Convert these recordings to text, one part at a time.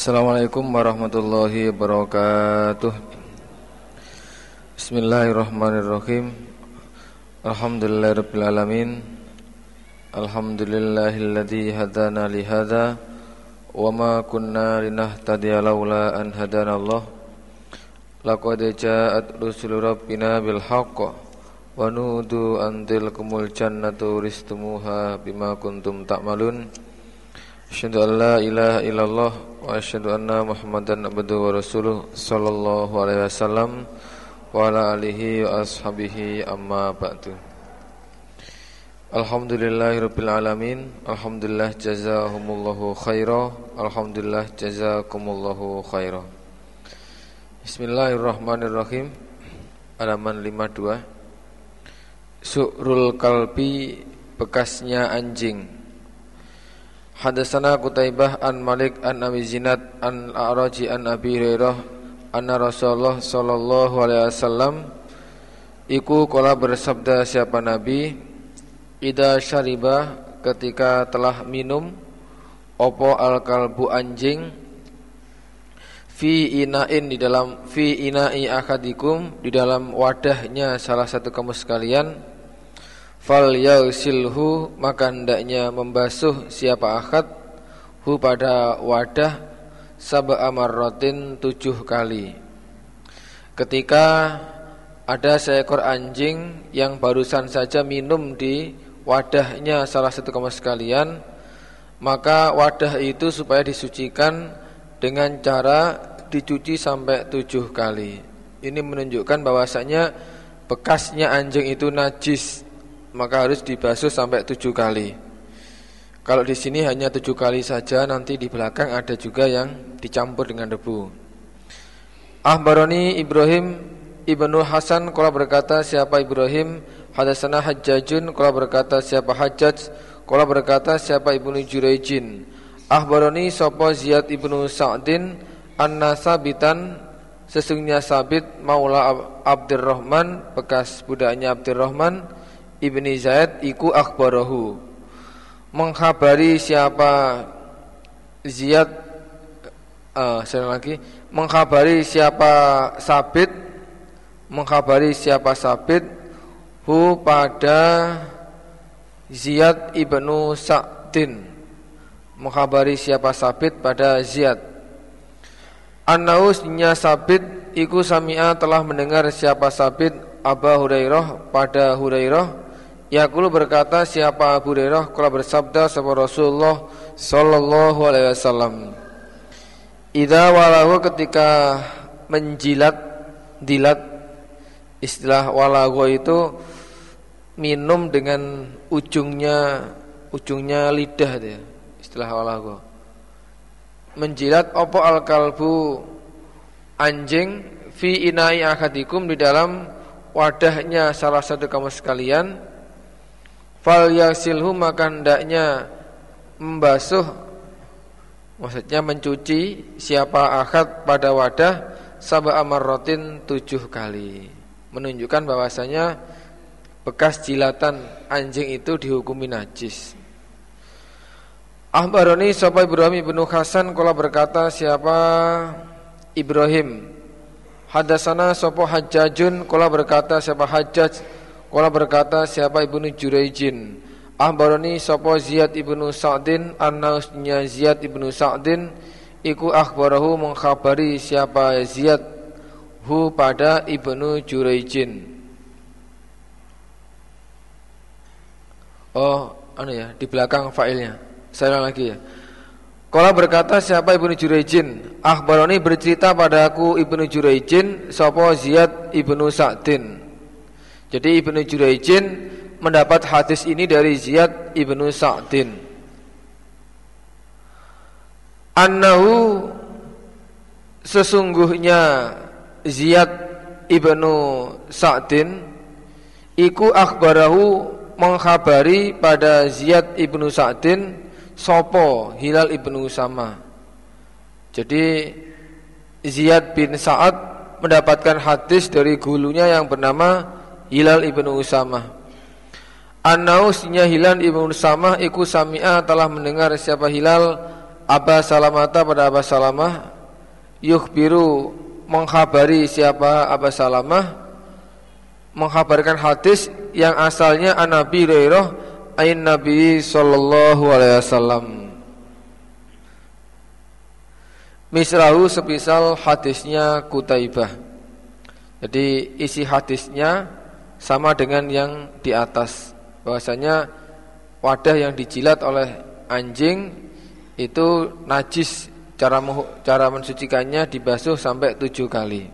Assalamualaikum warahmatullahi wabarakatuh. Bismillahirrahmanirrahim. Alhamdulillahirabbil alamin. Alhamdulillahilladzi hadana li hadza wa ma kunna linahtadiya laula an hadanallah. Laqad ja'at rusulu rabbina bil haqq wa nudu an tilkumul jannatu uristumuha bima kuntum ta'malun. Asyhadu an la ilaha illallah wa asyhadu anna Muhammadan abduhu wa rasuluh sallallahu alaihi wasallam wa ala alihi wa ashabihi amma ba'du. Alhamdulillahirabbil alamin. Alhamdulillah jazakumullahu khaira. Alhamdulillah jazakumullahu khaira. Bismillahirrahmanirrahim. Halaman 52. Su'rul kalbi, bekasnya anjing. Hadatsana Qutaibah an Malik an Abi Zinad an A'raji an Abi Hurairah anna Rasulullah sallallahu alaihi wasallam iku kala bersabda siapa Nabi, idza syariba, ketika telah minum opo al-kalbu anjing, fi ina'in, di dalam fi ina'i akadikum, di dalam wadahnya salah satu kamu sekalian, fal yausilhu, maka hendaknya membasuh siapa akad hu pada wadah sab'a marratin, 7 kali. Ketika ada seekor anjing yang barusan saja minum di wadahnya salah satu kamu sekalian, maka wadah itu supaya disucikan dengan cara dicuci sampai 7 kali. Ini menunjukkan bahwasanya bekasnya anjing itu najis, maka harus dibasuh sampai 7 kali. Kalau di sini hanya 7 kali saja, nanti di belakang ada juga yang dicampur dengan debu. Ahbaroni Ibrahim ibnu Hasan qala berkata siapa Ibrahim, hadatsana Hajjajun qala berkata siapa Hajjaj, qala berkata siapa Ibnu Juraijin. Ahbaroni sapa Ziyad ibnu Sa'din anna Sabitan, sesungguhnya Sabit maula Abdurrahman, bekas budaknya Abdurrahman Ibni Zaid, iku akhbarahu, mengkhabari siapa Ziyad, mengkhabari siapa Sabit, mengkhabari siapa Sabit hu pada Ziyad ibnu Sa'din, mengkhabari siapa Sabit pada Ziyad, annausnya Sabit iku sami'a, telah mendengar siapa Sabit Aba Hurairah pada Hurairah, yaqulu berkata siapa Abu Hurairah, kala bersabda sapa Rasulullah sallallahu alaihi wasallam, idza walahu, ketika menjilat, dilat, istilah walagho itu minum dengan ujungnya lidah dia, istilah walagho. Menjilat opo al-kalbu, anjing, fi inai akadikum, di dalam wadahnya salah satu kamu sekalian, fal yasilhu, maka hendaknya membasuh, maksudnya mencuci siapa akad pada wadah sab'a marratin, 7 kali. Menunjukkan bahwasanya bekas jilatan anjing itu dihukumi najis. Ahbaroni sapa Ibrahim ibnu Hasan qala berkata siapa Ibrahim, hadatsana sapa Hajjajun qala berkata siapa Hajjaj, qala berkata siapa Ibnu Juraijin. Ahbaroni sapa Ziyad ibnu Sa'din annausnya Ziyad ibnu Sa'din iku akhbarahu, mengkhabari siapa Ziyad hu pada Ibnu Juraijin. Di belakang failnya. Saya ulang lagi ya. Qala berkata siapa Ibnu Juraijin, akhbaroni, bercerita padaku Ibnu Juraijin sapa Ziyad ibnu Sa'din. Jadi Ibnu Juraijin mendapat hadis ini dari Ziyad ibnu Sa'din. Annahu, sesungguhnya Ziyad ibnu Sa'din iku akhbarahu, mengkhabari pada Ziyad ibnu Sa'din sopo Hilal ibnu Usama. Jadi Ziyad bin Sa'ad mendapatkan hadis dari gulunya yang bernama Hilal ibnu Usama. Annausnya Hilal ibnu Usama iku sami'a, telah mendengar siapa Hilal Aba Salamata pada Aba Salamah, yukhbiru mengkhabari siapa Aba Salamah, mengkhabarkan hadis yang asalnya an Nabi Hurairah ain Nabi sallallahu alaihi wasallam. Misrahu sepisal hadisnya Qutaibah. Jadi isi hadisnya sama dengan yang di atas, bahwasanya wadah yang dijilat oleh anjing itu najis, cara mensucikannya dibasuh sampai 7 kali.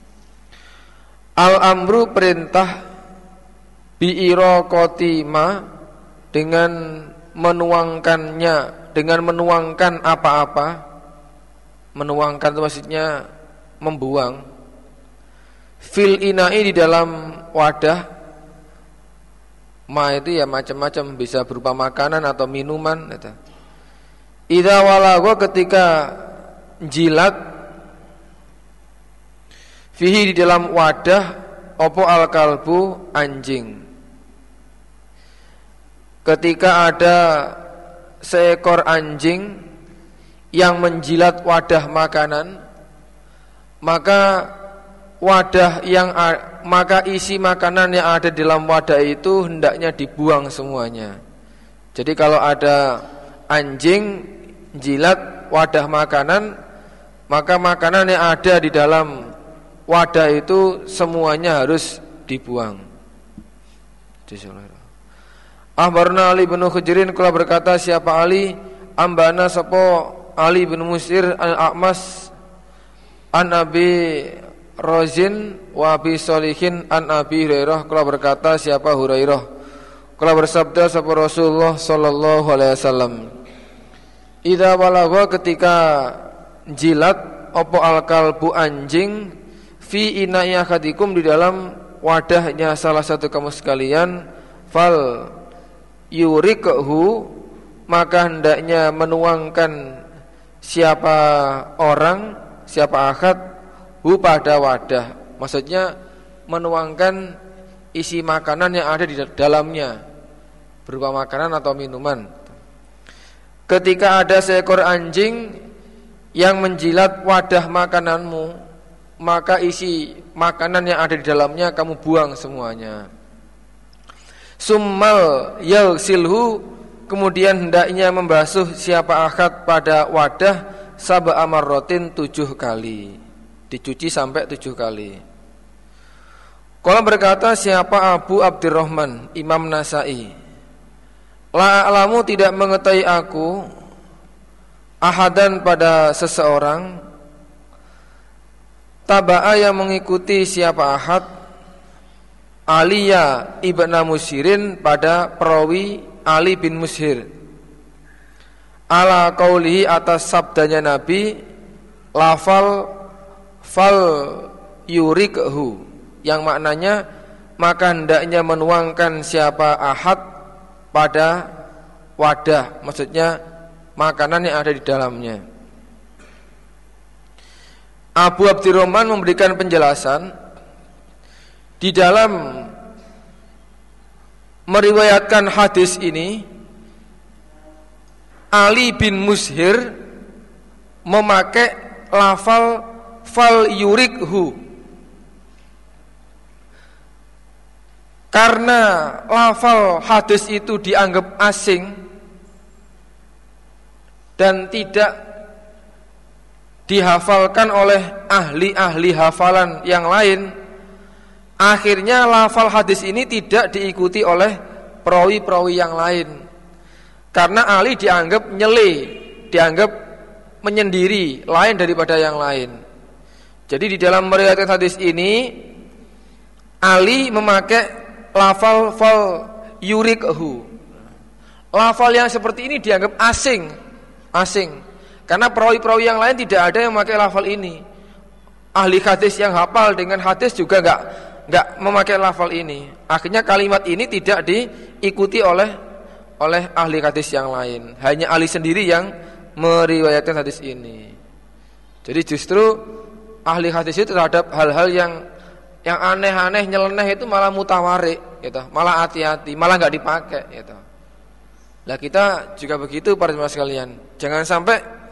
Al-amru perintah bi'iraqati ma, dengan menuangkannya, dengan menuangkan apa-apa. Menuangkan itu maksudnya membuang. Fil ina'i, di dalam wadah. Ma itu ya macam-macam, bisa berupa makanan atau minuman itu. Idza walagha, ketika jilat, fihi, di dalam wadah, opo al-kalbu, anjing. Ketika ada seekor anjing yang menjilat wadah makanan, maka isi makanan yang ada di dalam wadah itu hendaknya dibuang semuanya. Jadi kalau ada anjing jilat wadah makanan, maka makanan yang ada di dalam wadah itu semuanya harus dibuang. Akhbarna Ali bin Khujrin, kala berkata siapa Ali, ambana sapa Ali bin Musir al-A'mas an Abi Rozin wa Abi Solihin an Abi Hurairah, kala berkata siapa Hurairah, kala bersabda sapa Rasulullah sallallahu alaihi wasallam, idza walagha, ketika jilat opo al-kalbu, anjing, fi ina'i ahadikum, di dalam wadahnya salah satu kamu sekalian, fal yurikhu, maka hendaknya menuangkan siapa orang, siapa ahad, hu, pada wadah. Maksudnya menuangkan isi makanan yang ada di dalamnya, berupa makanan atau minuman. Ketika ada seekor anjing yang menjilat wadah makananmu, maka isi makanan yang ada di dalamnya kamu buang semuanya. Summal yaghsilhu, kemudian hendaknya membasuh siapa akad pada wadah sab'a marratin, 7 kali. Dicuci sampai 7 kali. Qala berkata siapa Abu Abdurrahman Imam Nasai, la a'lamu, tidak mengetahui aku, ahadan, pada seseorang, taba'a, yang mengikuti siapa ahad, Aliya ibna Mushirin, pada perawi Ali bin Mushir, ala qaulihi, atas sabdanya Nabi, lafal fal yurikhu, yang maknanya maka hendaknya menuangkan siapa ahad pada wadah, maksudnya makanan yang ada di dalamnya. Abu Abdurrahman memberikan penjelasan di dalam meriwayatkan hadis ini. Ali bin Mushir memakai lafal fal yurikhu, karena lafal hadis itu dianggap asing dan tidak dihafalkan oleh ahli-ahli hafalan yang lain. Akhirnya lafal hadis ini tidak diikuti oleh perawi-perawi yang lain, karena Ali dianggap nyele, dianggap menyendiri, lain daripada yang lain. Jadi di dalam meriwayatkan hadis ini, Ali memakai lafal fal yurikhu. Lafal yang seperti ini dianggap asing, karena perawi-perawi yang lain tidak ada yang memakai lafal ini. Ahli hadis yang hafal dengan hadis juga enggak memakai lafal ini. Akhirnya kalimat ini tidak diikuti oleh ahli hadis yang lain. Hanya Ali sendiri yang meriwayatkan hadis ini. Jadi justru ahli hadis itu terhadap hal-hal yang aneh-aneh, nyeleneh itu malah mutawarik gitu, malah hati-hati, malah enggak dipakai gitu. Lah kita juga begitu para jemaah sekalian. Jangan sampai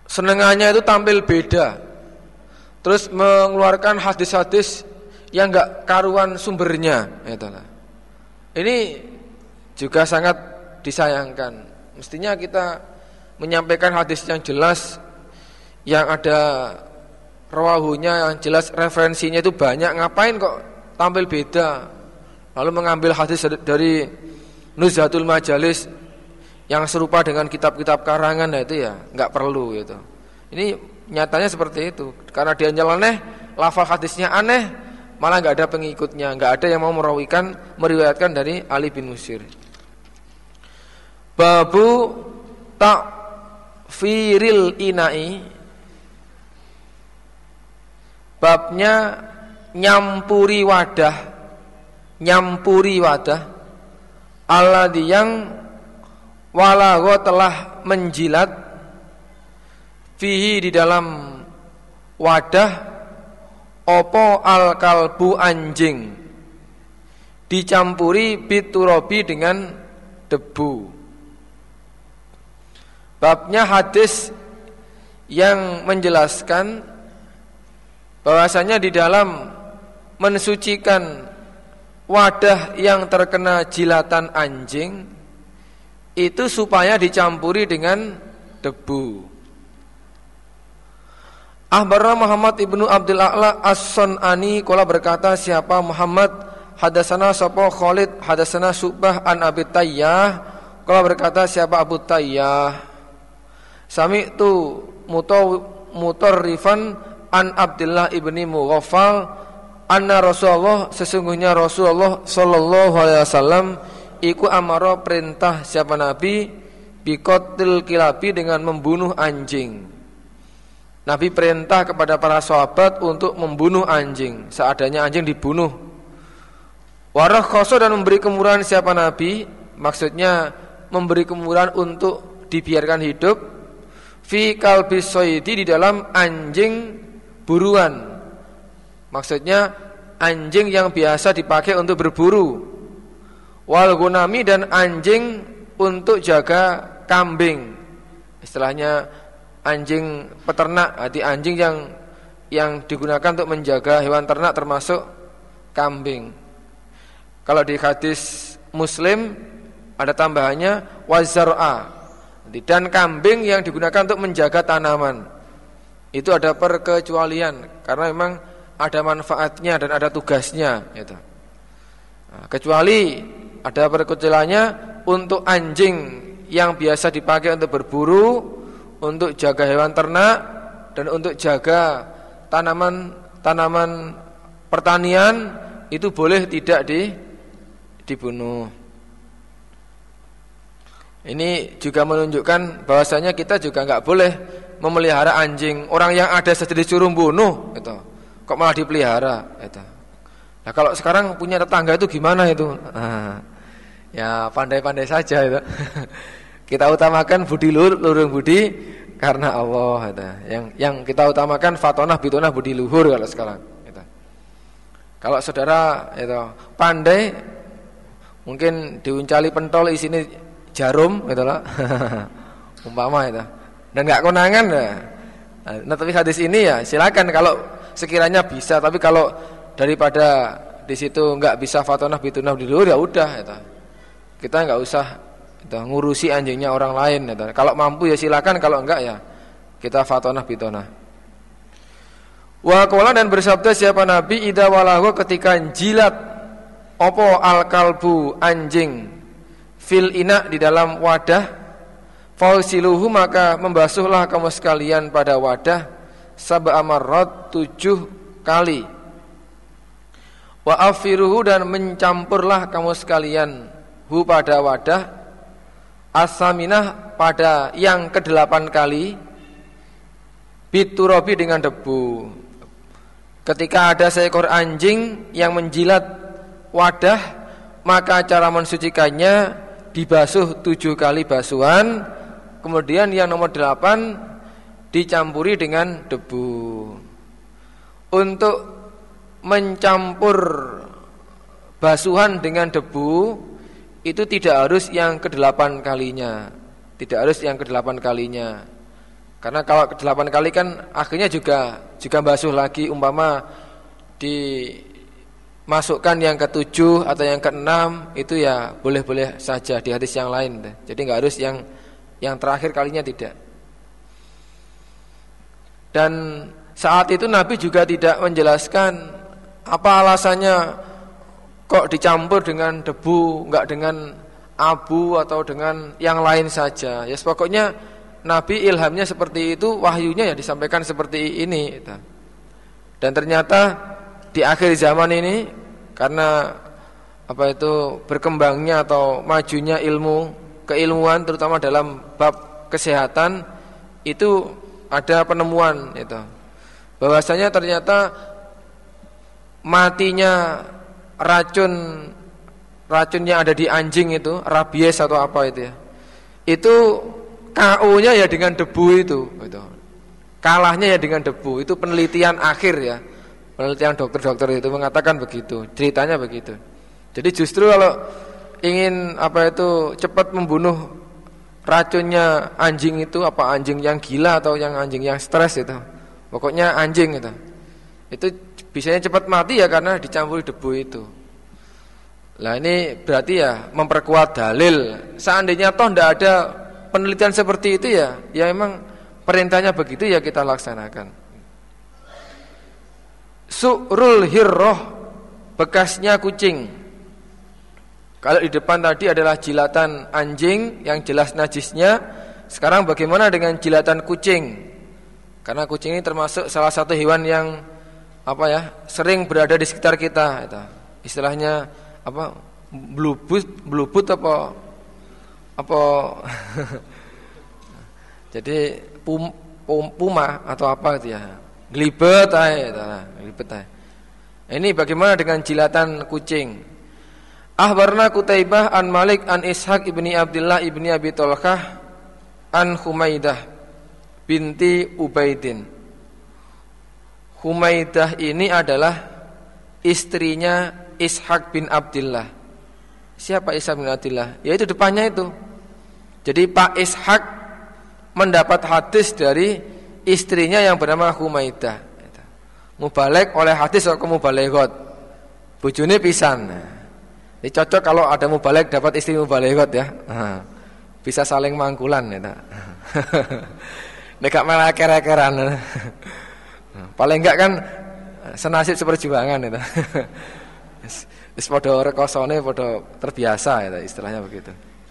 senengannya itu tampil beda, terus mengeluarkan hadis-hadis yang enggak karuan sumbernya, itulah. Ini juga sangat disayangkan. Mestinya kita menyampaikan hadis yang jelas, yang ada rawahunya, yang jelas referensinya itu banyak. Ngapain kok tampil beda, lalu mengambil hadis dari Nuzhatul Majalis yang serupa dengan kitab-kitab karangan, nah itu ya nggak perlu gitu. Ini nyatanya seperti itu, karena dia nyeleneh, lafal hadisnya aneh, malah nggak ada pengikutnya, nggak ada yang mau meriwayatkan dari Ali bin Musir. Babu takfiril inai, babnya nyampuri wadah alladzi yang walagho telah menjilat fihi di dalam wadah opo al kalbu anjing dicampuri biturabi dengan debu. Babnya hadis yang menjelaskan bahwasanya di dalam mensucikan wadah yang terkena jilatan anjing itu supaya dicampuri dengan debu. Akhbarana Muhammad ibnu Abdul A'la As-Sun'ani qala berkata siapa Muhammad hadasana sapa Khalid hadasana Syu'bah an Abi Tayyah qala berkata siapa Abu Tayyah sami'tu mutarrifan an Abdullah ibni Mughaffal anna Rasulullah sesungguhnya Rasulullah sallallahu alaihi wasallam iku amara perintah siapa Nabi biqatil kilabi dengan membunuh anjing. Nabi perintah kepada para sahabat untuk membunuh anjing, seadanya anjing dibunuh. Warah khoso dan memberi kemurahan siapa Nabi, maksudnya memberi kemurahan untuk dibiarkan hidup. Fi kalbis soidi di dalam anjing buruan, maksudnya anjing yang biasa dipakai untuk berburu. Wal gunami dan anjing untuk jaga kambing, istilahnya anjing peternak, arti anjing yang digunakan untuk menjaga hewan ternak termasuk kambing. Kalau di hadis Muslim ada tambahannya wazar'a, dan kambing yang digunakan untuk menjaga tanaman. Itu ada perkecualian karena memang ada manfaatnya dan ada tugasnya gitu. Nah, kecuali ada perkecualiannya untuk anjing yang biasa dipakai untuk berburu, untuk jaga hewan ternak, dan untuk jaga tanaman pertanian, itu boleh tidak dibunuh. Ini juga menunjukkan bahwasanya kita juga enggak boleh memelihara anjing. Orang yang ada saja disuruh bunuh gitu, kok malah dipelihara gitu. Nah, kalau sekarang punya tetangga itu gimana itu? Ya pandai-pandai saja itu. Kita utamakan budi luhur budi karena Allah gitu. Yang kita utamakan fatonah bitonah budi luhur kalau sekarang gitu. Kalau saudara itu pandai, mungkin diuncali pentol isine jarum gitu lah. Umpama itu. Dan enggak konangan ya. Nah, tapi hadis ini ya silakan kalau sekiranya bisa, tapi kalau daripada di situ enggak bisa fatonah bitunah di luhur ya udah gitu. Kita enggak usah gitu, ngurusi anjingnya orang lain gitu. Kalau mampu ya silakan, kalau enggak ya kita fatonah bitunah. Wa qala dan bersabda siapa Nabi idza walahu ketika jilat opo al kalbu anjing fil ina di dalam wadah fausiluhu maka membasuhlah kamu sekalian pada wadah sab'a marrat 7 kali wa afiruhu dan mencampurlah kamu sekalian hu pada wadah asaminah pada yang ke-8 kali biturabi dengan debu. Ketika ada seekor anjing yang menjilat wadah, maka cara mensucikannya dibasuh 7 kali basuhan, kemudian yang nomor 8 dicampuri dengan debu. Untuk mencampur basuhan dengan debu itu tidak harus yang ke-8 kalinya, tidak harus yang ke-8 kalinya. Karena kalau 8 kali kan akhirnya juga basuh lagi, umpama dimasukkan yang ke-7 atau yang ke-6 itu ya boleh-boleh saja di hadis yang lain. Jadi enggak harus yang terakhir kalinya, tidak. Dan saat itu Nabi juga tidak menjelaskan apa alasannya kok dicampur dengan debu, enggak dengan abu atau dengan yang lain saja. Ya pokoknya Nabi ilhamnya seperti itu, wahyunya ya disampaikan seperti ini. Dan ternyata di akhir zaman ini karena berkembangnya atau majunya keilmuan terutama dalam bab kesehatan, itu ada penemuan itu. Bahwasanya ternyata matinya racun yang ada di anjing itu, rabies atau apa itu ya. Itu KO-nya ya dengan debu itu. Kalahnya ya dengan debu. Itu penelitian akhir ya. Penelitian dokter-dokter itu mengatakan begitu. Ceritanya begitu. Jadi justru kalau ingin cepat membunuh racunnya anjing itu, anjing yang gila atau yang anjing yang stres itu. Pokoknya anjing itu. Itu bisanya cepat mati ya karena dicampuri debu itu. Lah ini berarti ya memperkuat dalil. Seandainya toh tidak ada penelitian seperti itu ya memang perintahnya begitu ya kita laksanakan. Su'rul hirroh, bekasnya kucing. Kalau di depan tadi adalah jilatan anjing yang jelas najisnya, sekarang bagaimana dengan jilatan kucing? Karena kucing ini termasuk salah satu hewan yang sering berada di sekitar kita. Istilahnya blubut apa jadi puma atau apa itu ya, glibet aja. Ini bagaimana dengan jilatan kucing? Akhbarna Qutaibah an Malik an Ishaq ibni Abdullah ibni Abi Talqah an Humaidah binti Ubaidin. Humaidah ini adalah istrinya Ishaq bin Abdullah. Siapa Ishaq bin Abdullah? Yaitu depannya itu. Jadi Pak Ishaq mendapat hadis dari istrinya yang bernama Humaidah. Mubaligh oleh hadis atau mubalighot. Bojone pisan. Ini cocok kalau ada mubaligh dapat istri mubalighot ya. Bisa saling mangkulan ya. Nek gak malah kere-keran. Paling enggak kan senasib seperjuangan itu. Wis padha rekosone padha terbiasa ya istilahnya begitu.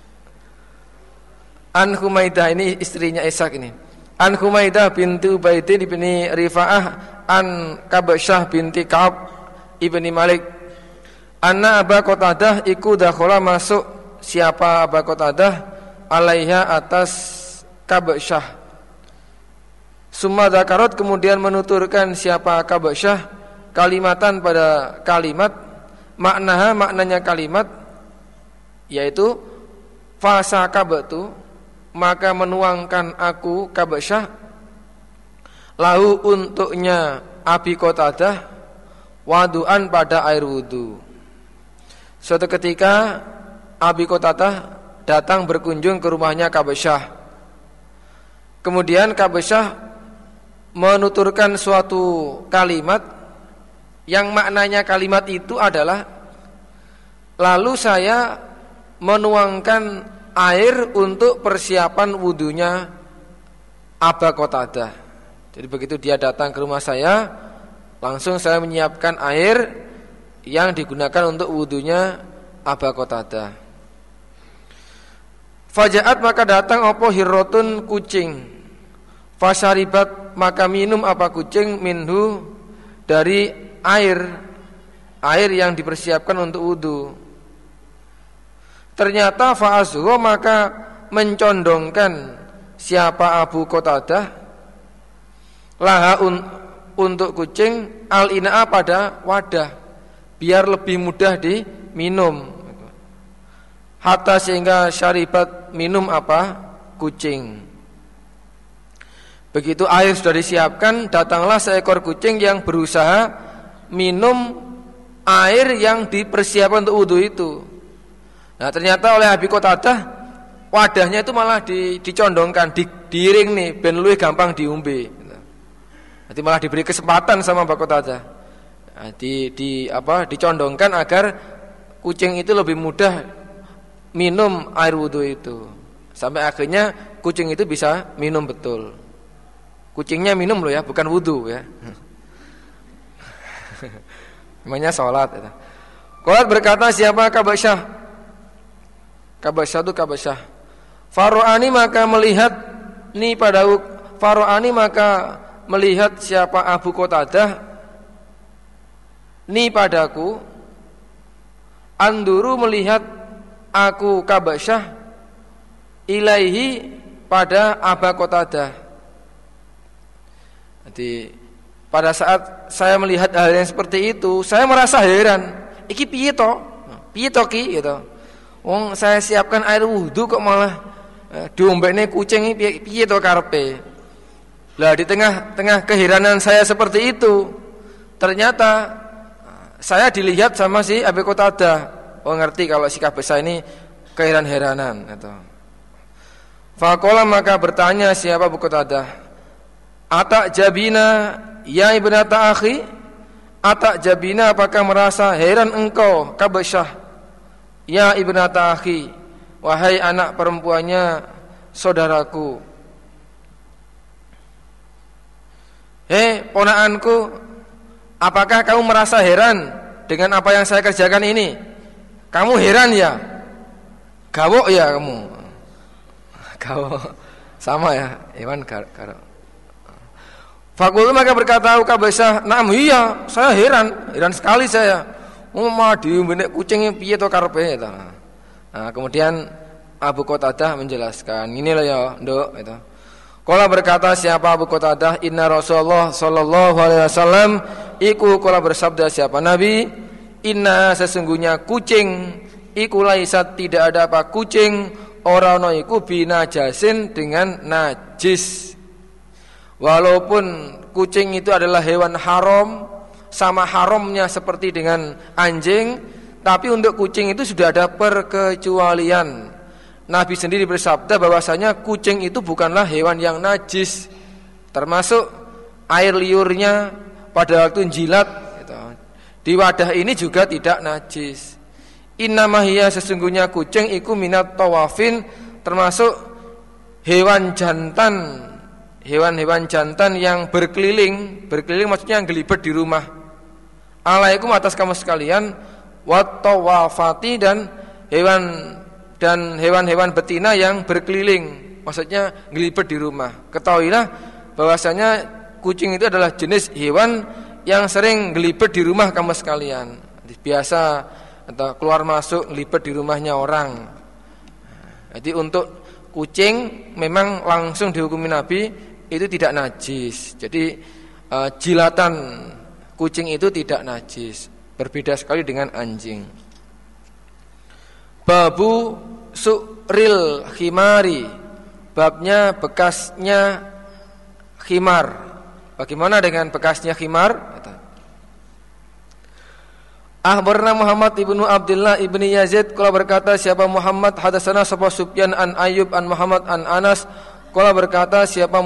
An Humaidah ini istrinya Ishaq ini. An Humaidah binti Ubaidin ibni Rifa'ah an Kabsyah binti Ka'ab ibni Malik. Anna Aba Qatadah iku dakhala masuk siapa Aba Qatadah alaiha atas Kabsyah. Summa dzakarat kemudian menuturkan siapa Kabsyah kalimatan pada kalimat maknanya kalimat yaitu fasakabtu maka menuangkan aku Kabsyah lahu untuknya Abi Qatadah wadu'an pada air wudu. Suatu ketika Abi Qatadah datang berkunjung ke rumahnya Kabsyah. Kemudian Kabsyah menuturkan suatu kalimat yang maknanya kalimat itu adalah lalu saya menuangkan air untuk persiapan wudunya Aba Qatadah. Jadi begitu dia datang ke rumah saya, langsung saya menyiapkan air yang digunakan untuk wudunya Aba Qatadah. Fajaat maka datang apa hirrotun kucing. Fasaribat maka minum apa kucing minhu dari air yang dipersiapkan untuk wudu. Ternyata fa'azhu maka mencondongkan siapa Abu Qatadah laha untuk kucing al-ina'a pada wadah biar lebih mudah diminum. Hatta sehingga syaribat minum apa kucing. Begitu air sudah disiapkan, datanglah seekor kucing yang berusaha minum air yang dipersiapkan untuk wudu itu. Nah ternyata oleh Abi Qatadah wadahnya itu malah dicondongkan, diiring nih ben luwih gampang diombe. Nanti malah diberi kesempatan sama Abu Qatadah. Nah, dicondongkan agar kucing itu lebih mudah minum air wudu itu. Sampai akhirnya kucing itu bisa minum betul. Kucingnya minum loh ya, bukan wudu ya. Namanya sholat. Qalat berkata siapa Kabasyah? Kabasyah itu Kabasyah. Faro'ani maka melihat ni pada Faro'ani maka melihat siapa Abu Qatadah ni padaku, anduru melihat aku Kabasyah ilaihi pada Abu Qatadah. Jadi pada saat saya melihat hal yang seperti itu, saya merasa heran. Iki piye to? Piye to ki gitu. Wong saya siapkan air wudu kok malah diombekne kucing iki piye to karepe. Lah di tengah keheranan saya seperti itu, ternyata saya dilihat sama si Abu Qatadah. Oh ngerti kalau si Kabasyah ini keheran-heranan gitu. Faqala maka bertanya siapa Abu Qatadah, "Atak jabina ya ibnata akhi?" Atak jabina apakah merasa heran engkau Kabasyah? Ya ibnata akhi, wahai anak perempuannya saudaraku. Hei ponakanku, apakah kamu merasa heran dengan apa yang saya kerjakan ini? Kamu heran ya? Gawok ya kamu? Gawok sama ya, Iwan karo. Fakultu maka berkata Kabasyah, "Na'am iya, saya heran sekali saya. Mah diombene kucing piye to karepe ta." Nah, kemudian Abu Qatadah menjelaskan, "Inilah ya, Nduk," gitu. Qala berkata siapa Abu Qatadah, "Inna Rasulullah sallallahu alaihi wasallam iku qala bersabda siapa Nabi, inna sesungguhnya kucing iku laisat tidak ada apa kucing ora ono iku binajasin dengan najis." Walaupun kucing itu adalah hewan haram, sama haramnya seperti dengan anjing, tapi untuk kucing itu sudah ada perkecualian. Nabi sendiri bersabda bahwasanya kucing itu bukanlah hewan yang najis, termasuk air liurnya pada waktu jilat gitu. Di wadah ini juga tidak najis. Innamahiyya sesungguhnya kucing iku minat tawafin, termasuk hewan jantan. Hewan-hewan jantan yang berkeliling maksudnya yang gelibet di rumah. Alaikum atas kamu sekalian, wattawafati dan hewan-hewan betina yang berkeliling, maksudnya gelibet di rumah. Ketahuilah bahwasanya kucing itu adalah jenis hewan yang sering gelibet di rumah kamu sekalian. Biasa atau keluar masuk gelibet di rumahnya orang. Jadi untuk kucing memang langsung dihukumi Nabi itu tidak najis. Jadi jilatan kucing itu tidak najis. Berbeda sekali dengan anjing. Babu su'ril khimari, babnya bekasnya khimar. Bagaimana dengan bekasnya khimar? Akhbarna Muhammad ibnu Abdullah ibni Yazid qala berkata siapa Muhammad hadatsana sapa Sufyan an Ayyub an Muhammad an Anas qala berkata siapa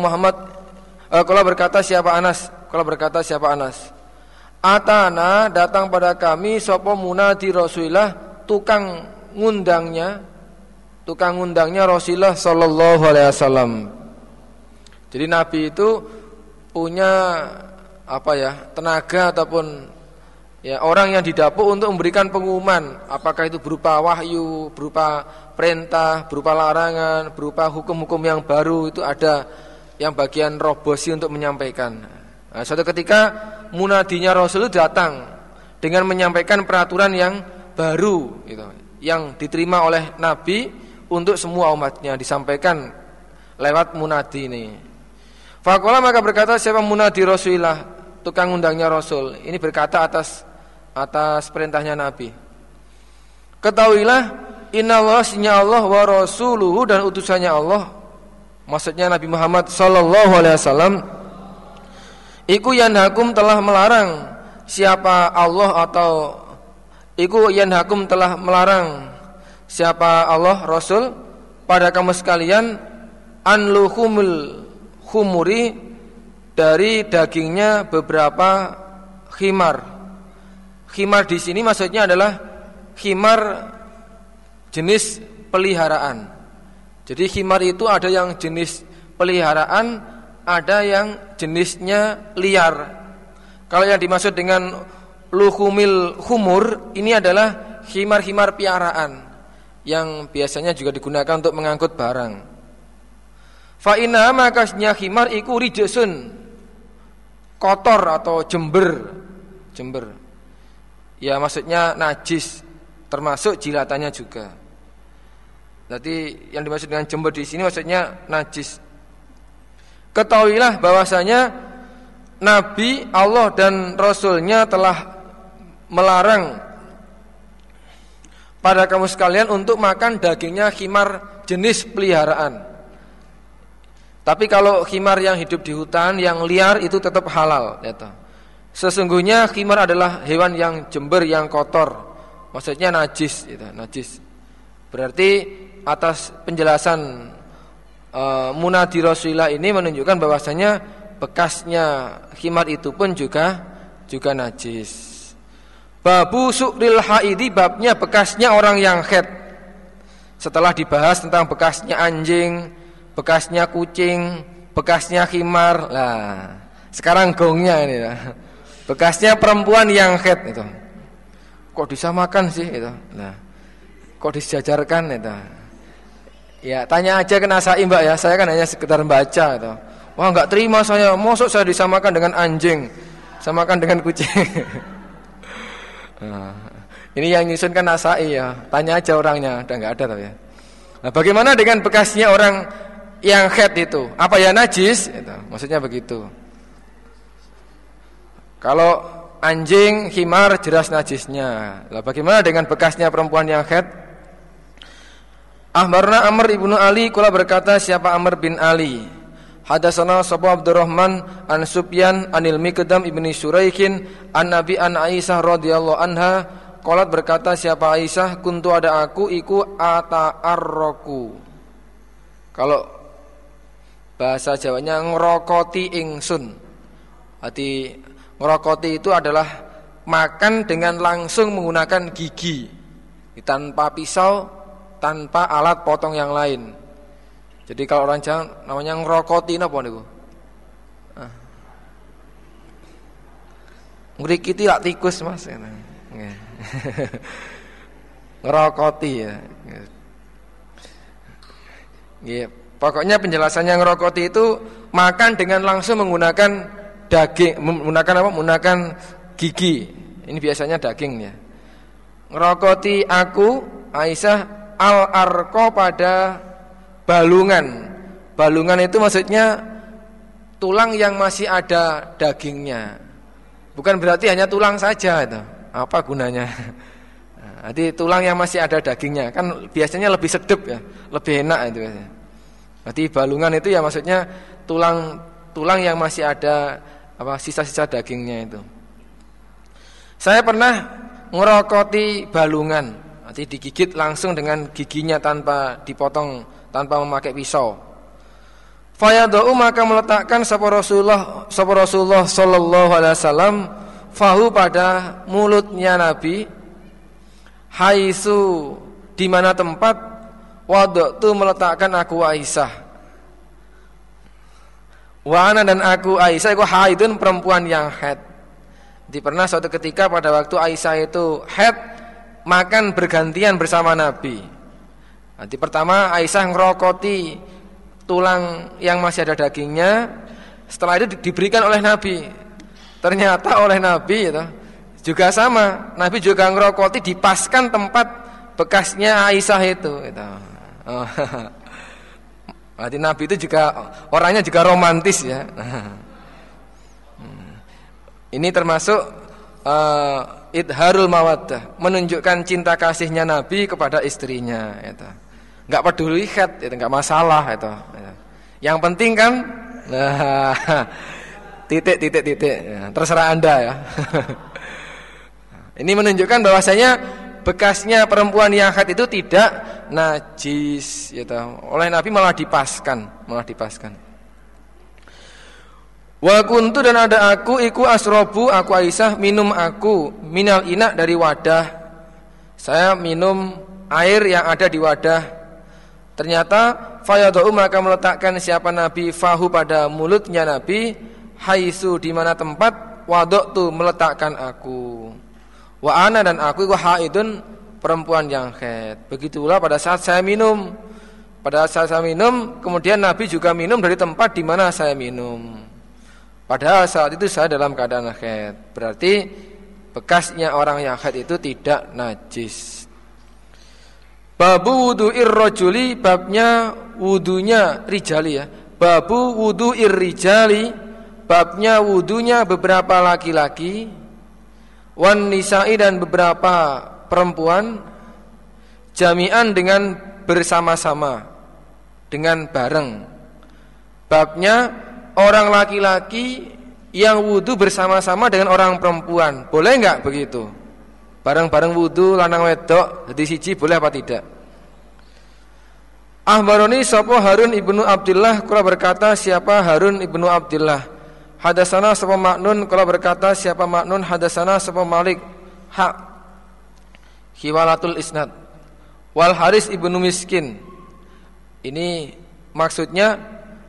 Anas Atana datang pada kami sapa munadi Rasulullah tukang ngundangnya Rasulullah sallallahu alaihi wasallam. Jadi Nabi itu punya tenaga ataupun orang yang didapuk untuk memberikan pengumuman, apakah itu berupa wahyu, berupa perintah, berupa larangan, berupa hukum-hukum yang baru, itu ada yang bagian robosi untuk menyampaikan. Nah, suatu ketika munadinya Rasul datang dengan menyampaikan peraturan yang baru gitu, yang diterima oleh Nabi untuk semua umatnya, disampaikan lewat munadi ini. Faqala maka berkata siapa munadi Rasulullah, tukang undangnya Rasul, ini berkata atas perintahnya Nabi. Ketahuilah innallaha sinya Allah wa rasuluhu dan utusannya Allah, maksudnya Nabi Muhammad sallallahu alaihi wasallam, iku yanhakum telah melarang siapa Allah atau iku yanhakum telah melarang siapa Allah Rasul pada kamu sekalian an luhumul khumuri, dari dagingnya beberapa khimar. Khimar di sini maksudnya adalah khimar jenis peliharaan. Jadi khimar itu ada yang jenis peliharaan, ada yang jenisnya liar. Kalau yang dimaksud dengan luhumil khumur ini adalah khimar-khimar piaraan yang biasanya juga digunakan untuk mengangkut barang. Fa inna makasnya khimar iku rijsun, kotor atau jember. Ya maksudnya najis, termasuk jilatannya juga. Jadi yang dimaksud dengan jember di sini maksudnya najis. Ketahuilah bahwasanya Nabi Allah dan Rasulnya telah melarang pada kamu sekalian untuk makan dagingnya khimar jenis peliharaan. Tapi kalau khimar yang hidup di hutan, yang liar itu tetap halal. Sesungguhnya khimar adalah hewan yang jember, yang kotor. Maksudnya najis, najis. Berarti atas penjelasan munadi Rasulullah ini menunjukkan bahwasanya bekasnya khimar itu pun juga najis. Babu su'ril haidi, babnya bekasnya orang yang haid. Setelah dibahas tentang bekasnya anjing, bekasnya kucing, bekasnya khimar. Lah, sekarang gongnya ini lah. Bekasnya perempuan yang haid itu. Kok disamakan sih itu? Nah, kok disejajarkan itu? Ya, tanya aja ke Nasai, Mbak ya. Saya kan hanya sekedar baca itu. Wah, enggak terima saya. Mosok saya disamakan dengan anjing, samakan dengan kucing. Nah, ini yang nyusun kan Nasai ya. Tanya aja orangnya, udah enggak ada tapi ya. Nah, bagaimana dengan bekasnya orang yang haid itu? Apa ya najis? Itu, maksudnya begitu. Kalau anjing, khimar jelas najisnya. Lah bagaimana dengan bekasnya perempuan yang haid? Ahbarna Amr ibnu Ali kula berkata, siapa Amr bin Ali? Hadatsana Sa'ab Abdurrahman an Sufyan anil Miqdam ibni Suraikin an Nabi an Aisyah radhiyallahu anha qalat, berkata siapa Aisyah, kuntu ada aku iku ata'arraku. Kalau bahasa Jawanya ngrokoti ingsun. Arti ngerokoti itu adalah makan dengan langsung menggunakan gigi, tanpa pisau, tanpa alat potong yang lain. Jadi kalau orang Jawa namanya ngerokoti napa niku? Ngrikiti lak tikus Mas. Ngerokoti ya. Nggih, pokoknya penjelasannya ngerokoti itu makan dengan langsung menggunakan daging, menggunakan apa? Menggunakan gigi. Ini biasanya daging ya. Ngerokoti aku Aisyah al-arqa pada balungan. Balungan itu maksudnya tulang yang masih ada dagingnya. Bukan berarti hanya tulang saja itu. Apa gunanya? Jadi tulang yang masih ada dagingnya kan biasanya lebih sedap ya, lebih enak itu. Jadi balungan itu ya maksudnya tulang yang masih ada sisa-sisa dagingnya itu. Saya pernah ngerokoti balungan, nanti digigit langsung dengan giginya tanpa dipotong, tanpa memakai pisau. Fayadau, maka meletakkan sapa Rasulullah sallallahu alaihi wasallam fahu pada mulutnya Nabi, haitsu di mana tempat wadatu meletakkan aku Aisyah. Wana dan aku Aisyah itu haidun, perempuan yang haid. Di pernah suatu ketika pada waktu Aisyah itu haid, makan bergantian bersama Nabi. Nanti pertama Aisyah ngerokoti tulang yang masih ada dagingnya. Setelah itu diberikan oleh Nabi. Ternyata oleh Nabi itu juga sama. Nabi juga ngerokoti, dipaskan tempat bekasnya Aisyah itu. Oh. Berarti Nabi itu juga orangnya juga romantis ya. Ini termasuk idharul mawaddah, menunjukkan cinta kasihnya Nabi kepada istrinya. Enggak peduli haid, itu enggak masalah itu. Yang penting kan, titik. Terserah Anda ya. Ini menunjukkan bahwasanya bekasnya perempuan yang haid itu tidak najis gitu. Oleh Nabi malah dipaskan. Wa kuntu dan ada aku iku asrobu aku Aisyah minum aku minal ina dari wadah. Saya minum air yang ada di wadah. Ternyata fayadhu maka meletakkan siapa Nabi fahu pada mulutnya Nabi haitsu di mana tempat wadatu meletakkan aku. Wa ana dan aku iku haidun perempuan yang haid. Begitulah pada saat saya minum. Pada saat saya minum kemudian Nabi juga minum dari tempat di mana saya minum. Padahal saat itu saya dalam keadaan haid. Berarti bekasnya orang yang haid itu tidak najis. Babu wudu'ir rajuli, babnya wudunya rijali ya. Babu wudu'ir rijali, babnya wudunya beberapa laki-laki. Wan nisa'i dan beberapa perempuan. Jami'an dengan bersama-sama, dengan bareng. Babnya orang laki-laki yang wudu bersama-sama dengan orang perempuan. Boleh enggak begitu? Bareng-bareng wudu lanang wedok jadi siji boleh apa tidak? Ahbaroni sapa Harun ibnu Abdullah kula berkata siapa Harun ibnu Abdullah. Hadasana sapa Ma'nun kula berkata siapa Ma'nun hadasana sapa Malik hak hiwalatul isnad. Wal Haris ibnu Miskin. Ini maksudnya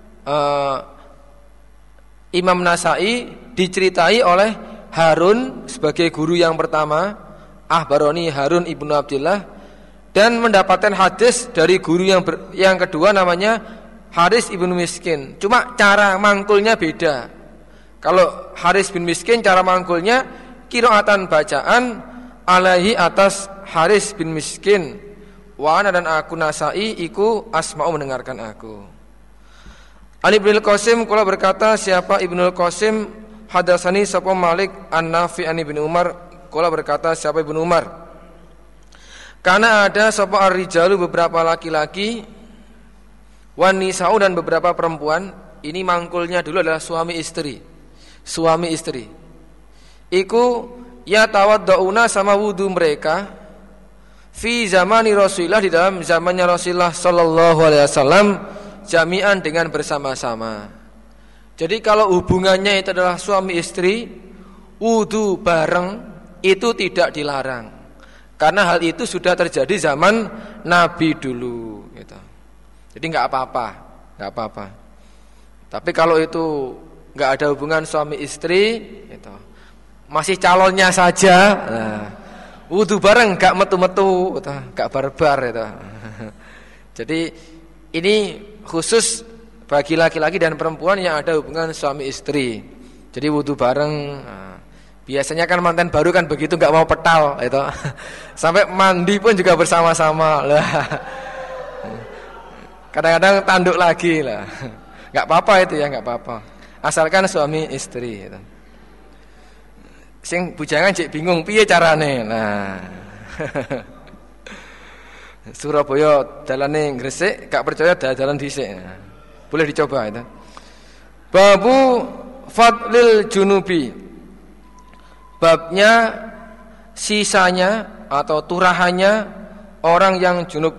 Imam Nasai diceritai oleh Harun sebagai guru yang pertama, Ahbaroni Harun ibnu Abdullah, dan mendapatkan hadis dari guru yang kedua namanya Haris ibnu Miskin. Cuma cara mangkulnya beda. Kalau Haris bin Miskin cara mangkulnya qiraatan bacaan alaihi atas Haris bin Miskin. Wa ana dan aku Nasai iku asma'u mendengarkan aku. Ali bin Qasim kula berkata siapa Ibnu Qasim hadasani sapa Malik an-Nafi an Ibnu Umar kula berkata siapa Ibnu Umar. Karena ada sapa ar-rijalu beberapa laki-laki wan nisa'u dan beberapa perempuan. Ini mangkulnya dulu adalah suami istri. Suami istri. Iku ya tawaddauna sama wudu mereka fi zamani Rasulullah di dalam zamannya Rasulullah sallallahu alaihi wasallam jami'an dengan bersama-sama. Jadi kalau hubungannya itu adalah suami istri, wudu bareng itu tidak dilarang. Karena hal itu sudah terjadi zaman Nabi dulu gitu. Jadi enggak apa-apa. Tapi kalau itu enggak ada hubungan suami istri gitu. Masih calonnya saja. Nah, wudu bareng enggak metu-metu gitu, enggak barbar gitu. Jadi ini khusus bagi laki-laki dan perempuan yang ada hubungan suami istri. Jadi wudu bareng. Nah, biasanya kan mantan baru kan begitu nggak mau petal itu. Sampai mandi pun juga bersama-sama lah. Kadang-kadang tanduk lagi lah. Nggak apa-apa itu ya, nggak apa-apa. Asalkan suami istri itu. Sing bujangan cek bingung piye carane. Nah. Surabaya dalane Gresik, gak percaya dalan dhisik. Boleh dicoba itu. Babu fadlil junubi. Babnya sisanya atau turahannya orang yang junub.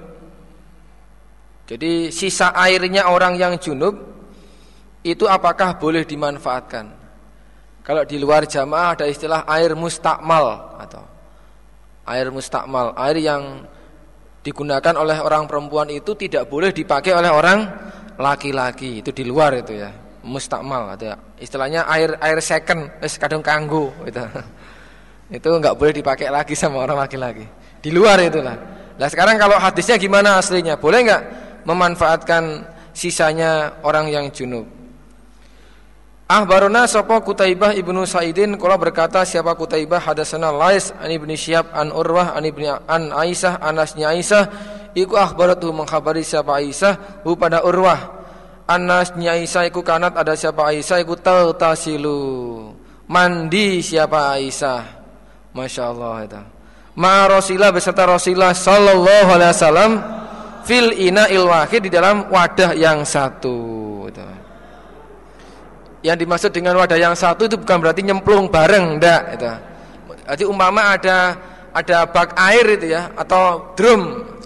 Jadi sisa airnya orang yang junub itu apakah boleh dimanfaatkan? Kalau di luar jamaah ada istilah air mustakmal atau air mustakmal, air yang digunakan oleh orang perempuan itu tidak boleh dipakai oleh orang laki-laki. Itu di luar itu ya, mustakmal ada istilahnya air second, kadang kanggo gitu. Itu enggak boleh dipakai lagi sama orang laki-laki. Di luar itulah. Nah sekarang kalau hadisnya gimana aslinya? Boleh enggak memanfaatkan sisanya orang yang junub? Ahbarona sapa Qutaibah ibnu Sa'idin qala berkata siapa Qutaibah hadasana Lais an ibni Syihab an Urwah an ibni an Aisyah anasnya Aisyah iku akhbaratu mengkhabari siapa Aisyah hu pada Urwah anasnya Aisyah iku kanat ada siapa Aisyah iku tasilu mandi siapa Aisyah masyaallah itu ma Rasulullah beserta Rasulullah sallallahu alaihi wasallam fil ina'il wahid di dalam wadah yang satu itu. Yang dimaksud dengan wadah yang satu itu bukan berarti nyemplung bareng, enggak itu. Jadi umpama ada bak air itu ya atau drum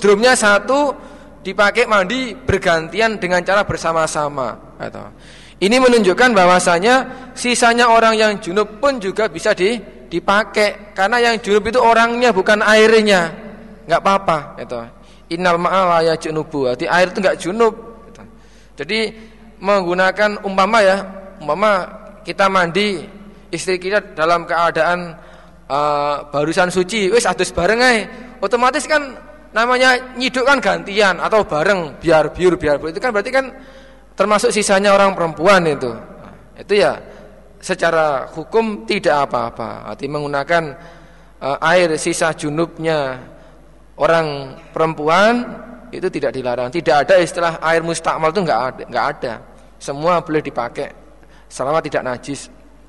drumnya satu, dipakai mandi bergantian dengan cara bersama-sama. Ini menunjukkan bahwasanya sisanya orang yang junub pun juga bisa dipakai, karena yang junub itu orangnya bukan airnya, nggak apa-apa. Innal ma'a la yajunubu, arti air itu nggak junub. Jadi menggunakan umpama kita mandi, istri kita dalam keadaan barusan suci, wis adus bareng ae, otomatis kan namanya nyiduk kan gantian atau bareng, biar biur itu kan berarti kan termasuk sisanya orang perempuan itu. Itu ya secara hukum tidak apa-apa. Arti menggunakan air sisa junubnya orang perempuan itu tidak dilarang. Tidak ada istilah air mustakmal itu enggak ada. Semua boleh dipakai selama tidak najis.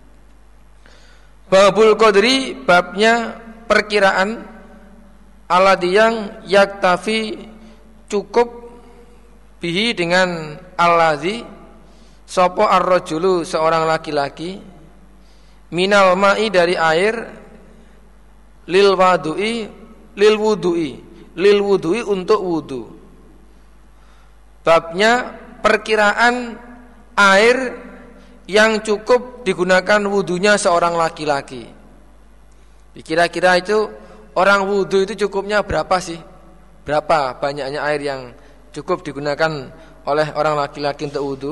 Babul qadri, babnya perkiraan. Alladhi yang yaktafi, cukup bihi dengan alladhi sapa ar-rajulu, seorang laki-laki, minal ma'i, dari air, lil wudu'i untuk wudu. Babnya perkiraan air yang cukup digunakan wudunya seorang laki-laki. Kira-kira itu orang wudu itu cukupnya berapa sih? Berapa banyaknya air yang cukup digunakan oleh orang laki-laki untuk wudu?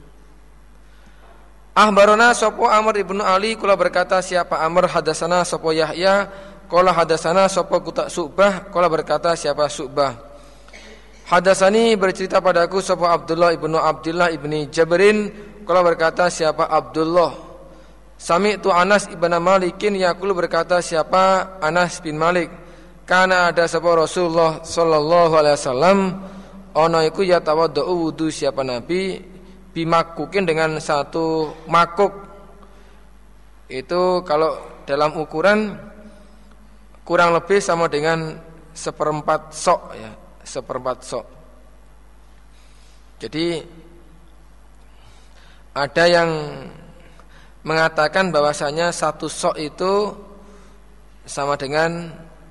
Ahbarona sopo Amr ibnu Ali, kula berkata siapa Amr, hadasana sopo Yahya, kala hadasana sopo kutak Su'bah, kala berkata siapa Su'bah. Hadasani, bercerita padaku sopo Abdullah ibnu Abdullah ibni Jabrin, kala berkata siapa Abdullah. Sami'tu Anas ibn Malikin yaqulu, berkata siapa Anas bin Malik, kana ada sapa Rasulullah sallallahu alaihi wasallam, ana iku yatawaddu wudu siapa Nabi, bimakukin, dengan satu makuk. Itu kalau dalam ukuran kurang lebih sama dengan seperempat sok ya, seperempat sok. Jadi ada yang mengatakan bahwasanya satu sok itu sama dengan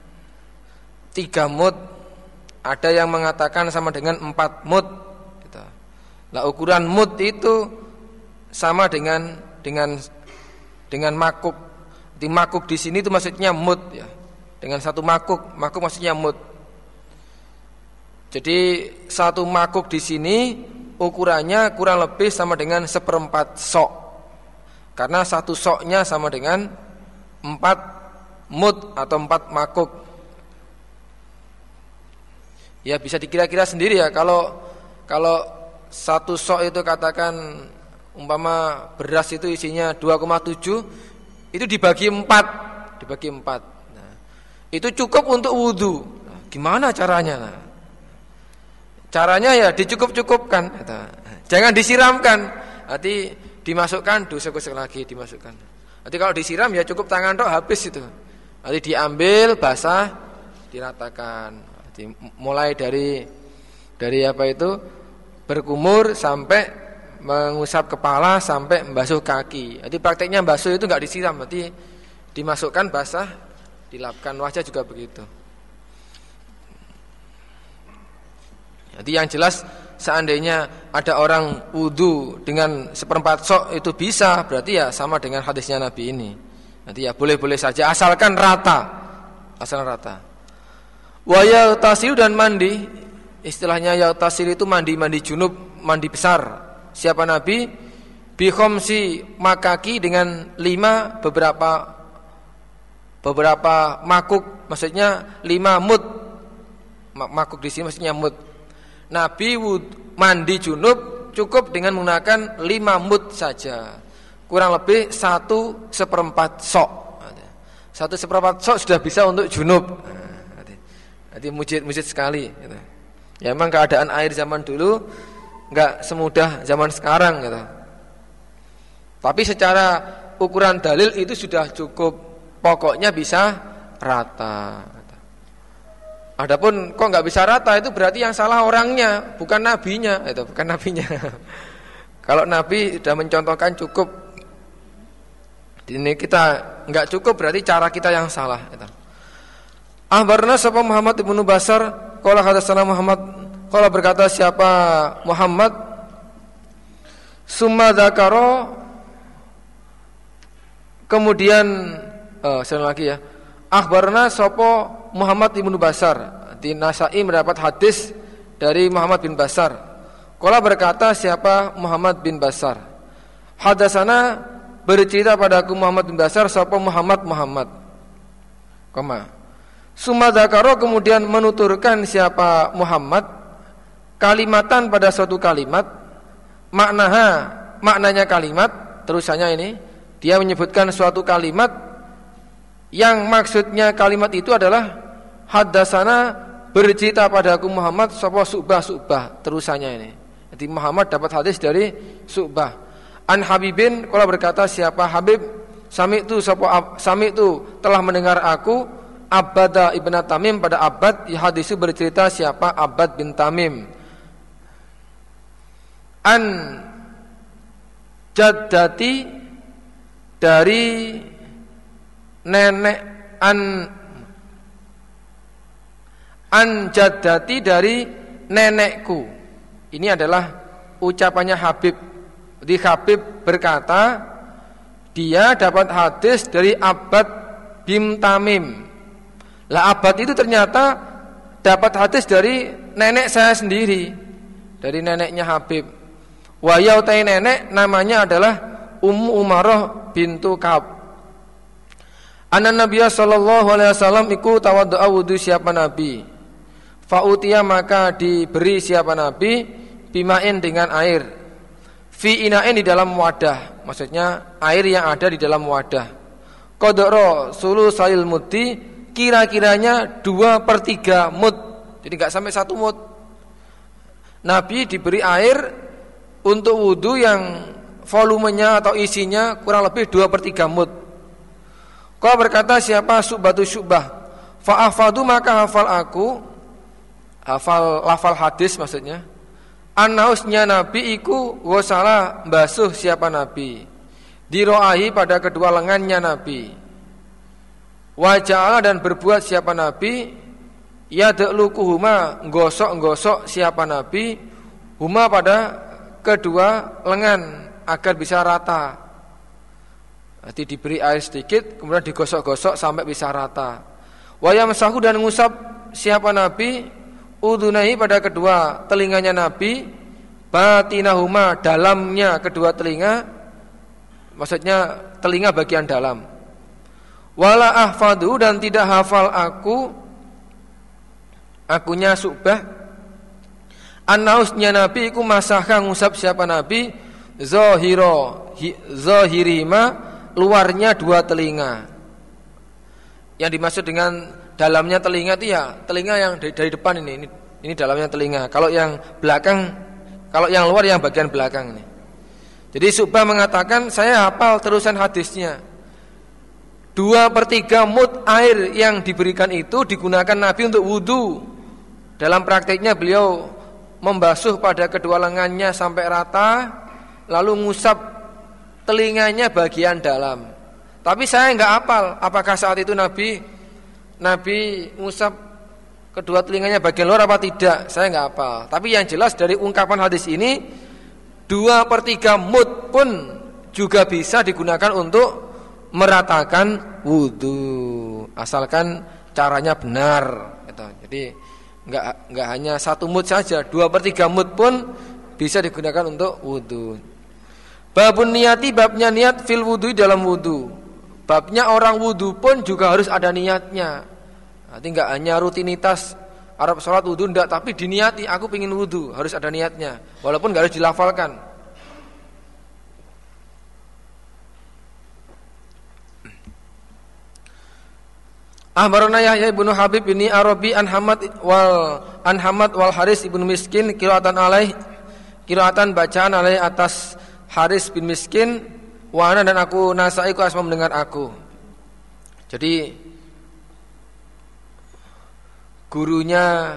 3 mud. Ada yang mengatakan sama dengan 4 mud. Lah ukuran mud itu sama dengan makuk. Di makuk di sini itu maksudnya mud ya. Dengan satu makuk maksudnya mud. Jadi satu makuk di sini ukurannya kurang lebih sama dengan seperempat sok. Karena satu soknya sama dengan 4 mud atau 4 makuk. Ya bisa dikira-kira sendiri ya, kalau satu sok itu katakan umpama beras itu isinya 2,7, itu dibagi 4. Nah, itu cukup untuk wudu. Nah, gimana caranya? Caranya ya dicukup-cukupkan. Jangan disiramkan. Nanti dimasukkan, gosok-gosok lagi dimasukkan. Nanti kalau disiram ya cukup tangan tok, habis itu. Nanti diambil basah, diratakan. Nanti mulai dari apa itu berkumur sampai mengusap kepala sampai membasuh kaki. Nanti prakteknya basuh itu enggak disiram, nanti dimasukkan basah, dilapkan. Wajah juga begitu. Nanti yang jelas seandainya ada orang wudu dengan seperempat sok itu bisa, berarti ya sama dengan hadisnya Nabi ini. Nanti ya boleh-boleh saja asalkan rata. Wa yaghtasil, dan mandi. Istilahnya yaghtasil itu mandi junub, mandi besar. Siapa Nabi? Bi khamsi makaki, dengan 5 beberapa makuk, maksudnya 5 mud. Makuk di sini maksudnya mud. Nabi mandi junub cukup dengan menggunakan 5 mud saja, kurang lebih 1/4 sok. 1/4 sok sudah bisa untuk junub. Nanti mujid sekali. Ya memang keadaan air zaman dulu enggak semudah zaman sekarang. Tapi secara ukuran dalil itu sudah cukup, pokoknya bisa rata. Adapun kok enggak bisa rata, itu berarti yang salah orangnya, bukan nabinya. Bukan nabinya. Kalau nabi sudah mencontohkan cukup, ini kita enggak cukup, berarti cara kita yang salah. Ahbarna sapa Muhammad ibnu Basar, qala hadatsana Muhammad, qala berkata siapa Muhammad, summa dzakara, kemudian sekali lagi ya, akhbarna sapa Muhammad ibnu Basar, di Nasa'i mendapat hadis dari Muhammad bin Basar. Qala berkata siapa Muhammad bin Basar, hadatsana bercerita padaku Muhammad bin Basar sapa Muhammad, summa dzakara, kemudian menuturkan siapa Muhammad kalimatan pada suatu kalimat, maknanya kalimat, terusannya ini dia menyebutkan suatu kalimat yang maksudnya kalimat itu adalah hadatsana bercerita padaku Muhammad sapa Su'bah, terusannya ini. Jadi Muhammad dapat hadis dari Su'bah. An Habibin, qala berkata siapa Habib, sami'tu telah mendengar aku Abbada ibn Tamim, pada Abbad hadisu bercerita siapa Abbad bin Tamim, an jaddati dari nenek, an jaddati dari nenekku. Ini adalah ucapannya Habib. Jadi Habib berkata dia dapat hadis dari Abbad bin Tamim. Lah Abbad itu ternyata dapat hadis dari nenek saya sendiri, dari neneknya Habib. Wa yautai nenek namanya adalah Ummu Umarah bintu Ka'ab. Anna Nabiya sallallahu alaihi wasallam iku tawaddu'a wudu siapa Nabi. Fa'utiya, maka diberi siapa Nabi bimain dengan air. Fi ina'in, di dalam wadah. Maksudnya air yang ada di dalam wadah. Qadra sulusail muddi, kira-kiranya 2/3 mud. Jadi enggak sampai 1 mud. Nabi diberi air untuk wudu yang volumenya atau isinya kurang lebih 2/3 mud. Kau berkata siapa Syu'bah, fa'afadu, maka hafal aku, lafal hadis maksudnya, annausnya Nabi iku wasala, basuh siapa Nabi, diro'ahi pada kedua lengannya Nabi, waja'ala, dan berbuat siapa Nabi, yadlukuhuma, gosok-gosok siapa Nabi, huma, pada kedua lengan agar bisa rata. Nanti diberi air sedikit, kemudian digosok-gosok sampai bisa rata. Wayamsahu, dan ngusap siapa Nabi, udunai, pada kedua telinganya Nabi, batinahuma, dalamnya kedua telinga, maksudnya telinga bagian dalam. Wala ahfadu, dan tidak hafal akunya Syu'bah, annausnya Nabi iku masahka, ngusap siapa Nabi, zahirima, luarnya dua telinga. Yang dimaksud dengan dalamnya telinga itu ya telinga yang dari depan ini dalamnya telinga. Kalau yang belakang, kalau yang luar yang bagian belakang ini. Jadi Syu'bah mengatakan saya hafal terusan hadisnya. 2/3 mud air yang diberikan itu digunakan Nabi untuk wudu. Dalam praktiknya beliau membasuh pada kedua lengannya sampai rata, lalu ngusap telinganya bagian dalam. Tapi saya enggak hafal apakah saat itu Nabi ngusap kedua telinganya bagian luar apa tidak, saya enggak hafal. Tapi yang jelas dari ungkapan hadis ini 2/3 mud pun juga bisa digunakan untuk meratakan wudu, asalkan caranya benar gitu. Jadi enggak hanya 1 mud saja, 2/3 mud pun bisa digunakan untuk wudu. Babun niyati, babnya niat fil wudu, dalam wudu. Babnya orang wudu pun juga harus ada niatnya. Nanti enggak hanya rutinitas Arab sholat wudu, enggak, tapi diniati, aku pingin wudu, harus ada niatnya, walaupun enggak harus dilafalkan. Ahbarana Yahya ibnu Habib ini Arabi an Hamad wal Haris ibnu Miskin, qiraatan bacaan alaih atas Haris bin Miskin, wa ana, dan aku Nasa'i ku asma mendengar aku. Jadi gurunya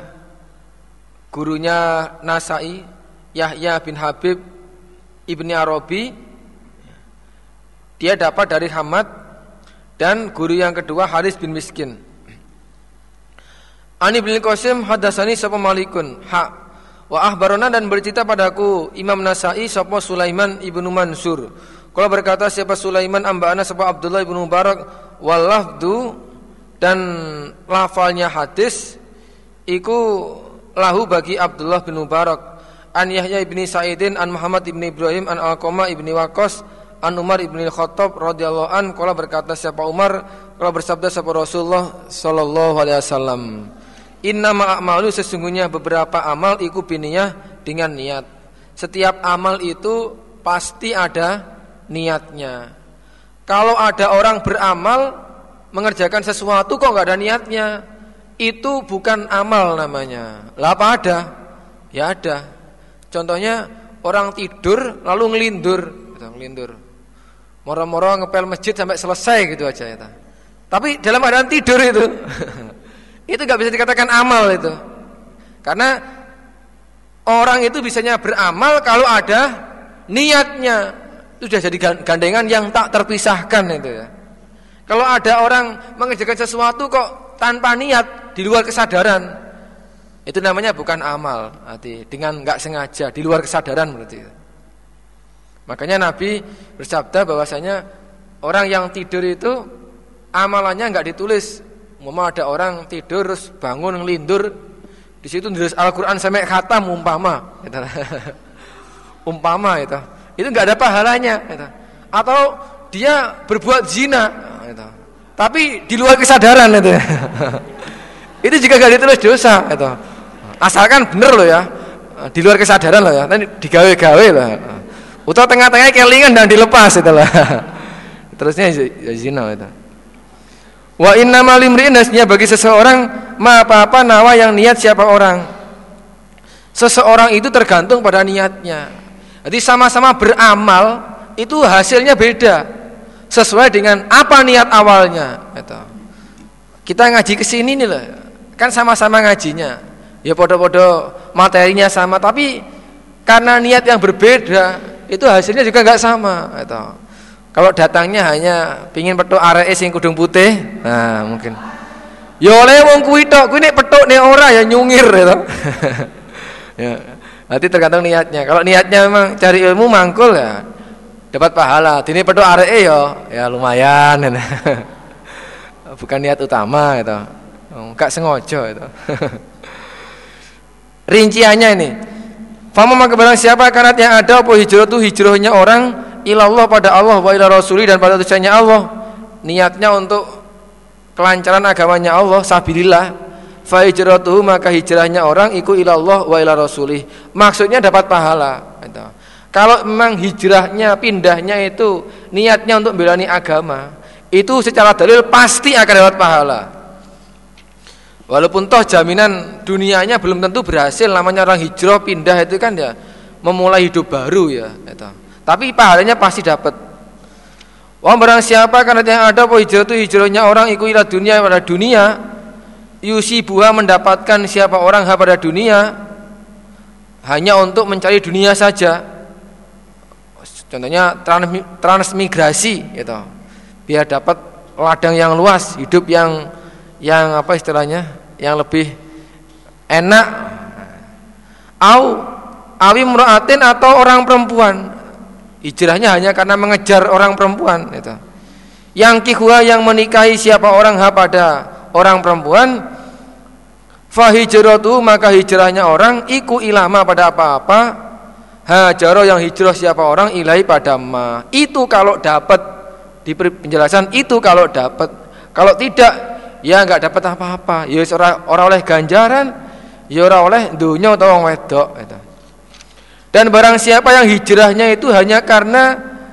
Nasa'i, Yahya bin Habib ibni Arabi, dia dapat dari Hamad, dan guru yang kedua Haris bin Miskin. Ani bin Qasim hadatsani sapa Malikun wa ahbarona dan bercerita padaku Imam Nasai sapa Sulaiman ibnu Mansur. Kalau berkata siapa Sulaiman amba'ana sapa Abdullah ibnu Mubarak wal lafdu dan lafalnya hadis iku lahu bagi Abdullah bin Mubarak an Yahya ibni Sa'idin an Muhammad ibni Ibrahim an Alqamah ibni Waqqas an Umar ibni Khattab radhiyallahu an qala berkata siapa Umar qala bersabda siapa Rasulullah sallallahu alaihi wasallam innama a'malu sesungguhnya beberapa amal iku biniyah dengan niat. Setiap amal itu pasti ada niatnya. Kalau ada orang beramal mengerjakan sesuatu kok enggak ada niatnya, itu bukan amal namanya. Lah apa ada? Ya ada. Contohnya orang tidur lalu ngelindur. Moro-moro ngepel masjid sampai selesai gitu aja ya. Tapi dalam keadaan tidur itu itu gak bisa dikatakan amal itu. Karena orang itu bisanya beramal kalau ada niatnya. Itu sudah jadi gandengan yang tak terpisahkan itu ya. Kalau ada orang mengerjakan sesuatu kok tanpa niat, di luar kesadaran, itu namanya bukan amal. Arti dengan gak sengaja, di luar kesadaran berarti. Makanya Nabi bersabda bahwasanya orang yang tidur itu amalannya gak ditulis. Umpama ada orang tidur terus bangun ngelindur, di situ nulis Al-Qur'an sampai khatam umpama, gitu. Umpama itu enggak ada pahalanya, gitu. Atau dia berbuat zina, gitu. Tapi di luar kesadaran itu. Itu juga enggak ditulis dosa, gitu. Asalkan bener loh ya, di luar kesadaran loh ya, nanti digawe-gawe loh. Atau tengah-tengah kelingan dan dilepas itu lah. Terusnya zina itu. Wa innamal limri'in hasnya bagi seseorang ma apa-apa nawa yang niat siapa orang. Seseorang itu tergantung pada niatnya. Jadi sama-sama beramal itu hasilnya beda sesuai dengan apa niat awalnya gitu. Kita ngaji ke sini nih loh. Kan sama-sama ngajinya. Ya podo-podo materinya sama tapi karena niat yang berbeda itu hasilnya juga enggak sama gitu. Kalau datangnya hanya pingin petuk areke sing kudung putih, nah mungkin. Ya oleh wong kuwi tok, kuwi nek petuk nek ora ya nyungir gitu. Ya, nanti tergantung niatnya. Kalau niatnya memang cari ilmu mangkul ya dapat pahala. Dene petuk areke ya lumayan. Bukan niat utama gitu. Enggak sengaja itu. Rinciannya ini. Fama maka barang siapa kanat yang ada apa hijrah itu hijrahnya orang ilallah pada Allah wa ila rasuli dan pada utusannya Allah, niatnya untuk kelancaran agamanya Allah, sabilillah, fa hijratuhu maka hijrahnya orang iku ilallah wa ila rasuli, maksudnya dapat pahala gitu. Kalau memang hijrahnya pindahnya itu niatnya untuk membelani agama, itu secara dalil pasti akan dapat pahala. Walaupun toh jaminan dunianya belum tentu berhasil, namanya orang hijrah pindah itu kan ya memulai hidup baru ya gitu. Tapi pahalanya pasti dapat. Wong barang siapa karena yang ada apa hijrah itu hijrahnya orang iku ila dunia pada dunia, yusibuha mendapatkan siapa orang pada dunia hanya untuk mencari dunia saja. Contohnya transmigrasi gitu. Biar dapat ladang yang luas, hidup yang apa istilahnya? Yang lebih enak. Awi muraatin atau orang perempuan. Hijrahnya hanya karena mengejar orang perempuan itu. Yang kihwa yang menikahi siapa orang pada orang perempuan, fa hijratu maka hijrahnya orang iku ilama pada apa-apa, hajaro yang hijrah siapa orang ilahi pada ma. Itu kalau dapat di penjelasan itu kalau dapat. Kalau tidak ya enggak dapat apa-apa. Ya ora oleh ganjaran, ya ora oleh dunya utawa wong wedok itu. Dan barang siapa yang hijrahnya itu hanya karena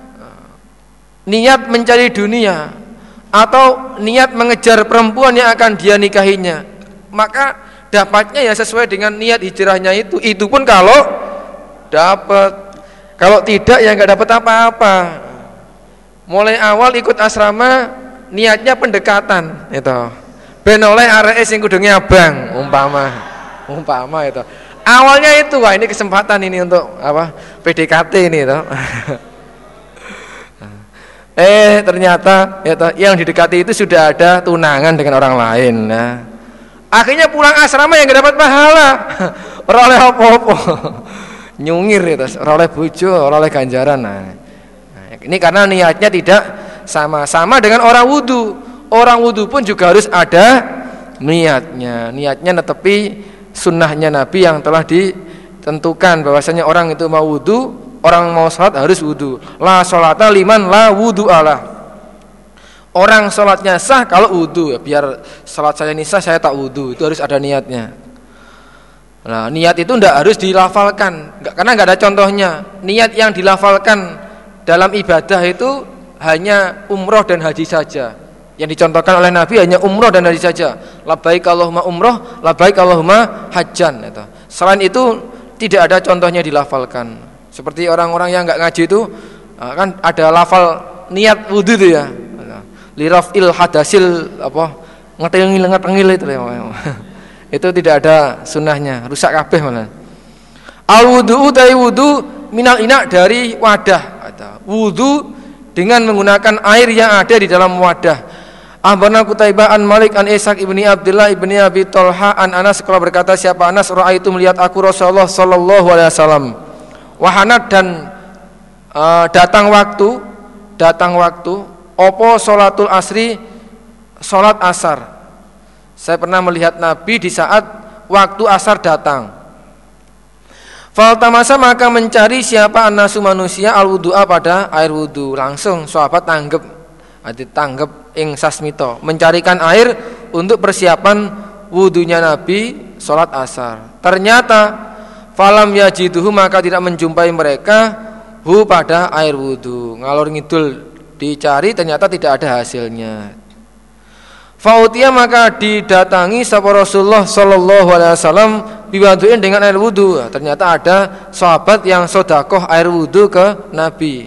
niat mencari dunia atau niat mengejar perempuan yang akan dia nikahinya, maka dapatnya ya sesuai dengan niat hijrahnya itu. Itu pun kalau dapat. Kalau tidak ya enggak dapat apa-apa. Mulai awal ikut asrama niatnya pendekatan itu. Ben oleh areke sing kudunge abang umpama itu. Awalnya itu, wah ini kesempatan ini untuk apa? PDKT ini toh. Ternyata ya toh, yang didekati itu sudah ada tunangan dengan orang lain. Nah, Akhirnya pulang asrama yang gak dapat pahala. Ora oleh apa-apa. Nyungir itu, ora oleh bojo, ora oleh ganjaran. Nah, ini karena niatnya tidak sama dengan orang wudu. Orang wudu pun juga harus ada niatnya. Niatnya netepi sunnahnya Nabi yang telah ditentukan bahwasanya orang itu mau wudu, orang mau salat harus wudu. La sholata liman la wudu Allah. Orang salatnya sah kalau wudu. Ya, biar salat saya ini sah, saya tak wudu. Itu harus ada niatnya. Nah, niat itu tidak harus dilafalkan, karena nggak ada contohnya. Niat yang dilafalkan dalam ibadah itu hanya umroh dan haji saja. Yang dicontohkan oleh Nabi hanya umroh dan haji saja. Labbaik Allahumma umroh, labbaik Allahumma hajjan. Itu. Selain itu tidak ada contohnya dilafalkan. Seperti orang-orang yang nggak ngaji itu kan ada lafal niat wudu itu ya. Lirafil hadasil apa ngetengil itu ya. Itu tidak ada sunnahnya, rusak kabeh malah. Al wudu dari wudu minal ina dari wadah. Wudu dengan menggunakan air yang ada di dalam wadah. Ahbarna Qutaibah an Malik an Ishaq ibni Abdullah ibni Abi Thalha an Anas kalau berkata siapa Anas raaitu melihat aku Rasulullah sallallahu alaihi wasallam. Wahanat dan datang waktu opo sholatul asri sholat asar. Saya pernah melihat Nabi di saat waktu asar datang. Faltamasa maka mencari siapa anasu manusia al-wudu'a pada air wudu. Langsung sahabat tanggep ing sasmito, mencarikan air untuk persiapan wudunya Nabi sholat asar. Ternyata falam yajiduhu maka tidak menjumpai mereka hu pada air wudu. Ngalor ngidul dicari ternyata tidak ada hasilnya. Fautia maka didatangi sapa Rasulullah sallallahu alaihi wasallam biwaduin dengan air wudu. Ternyata ada sahabat yang sedekah air wudu ke Nabi.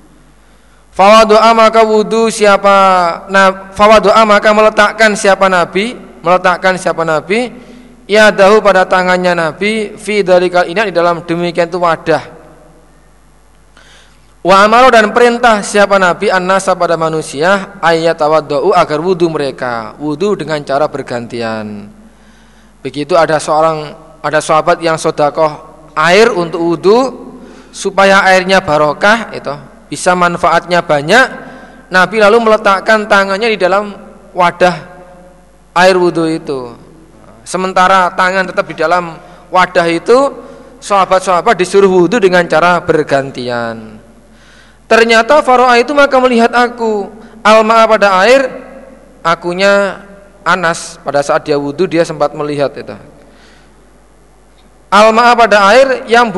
Fawadu'a maka wudu fawadu'a maka meletakkan siapa Nabi ya dahu pada tangannya Nabi fi dalikal ina di dalam demikian itu wadah. Wa amaro dan perintah siapa Nabi an-nasa pada manusia ayat tawaddu agar wudu mereka, wudu dengan cara bergantian. Begitu ada sahabat yang sedekah air untuk wudu supaya airnya barokah itu bisa manfaatnya banyak. Nabi lalu meletakkan tangannya di dalam wadah air wudu itu. Sementara tangan tetap di dalam wadah itu, sahabat-sahabat disuruh wudu dengan cara bergantian. Ternyata Faro'a itu maka melihat aku al-ma'a pada air, akunya Anas pada saat dia wudu dia sempat melihat itu. Al-ma'a pada air yang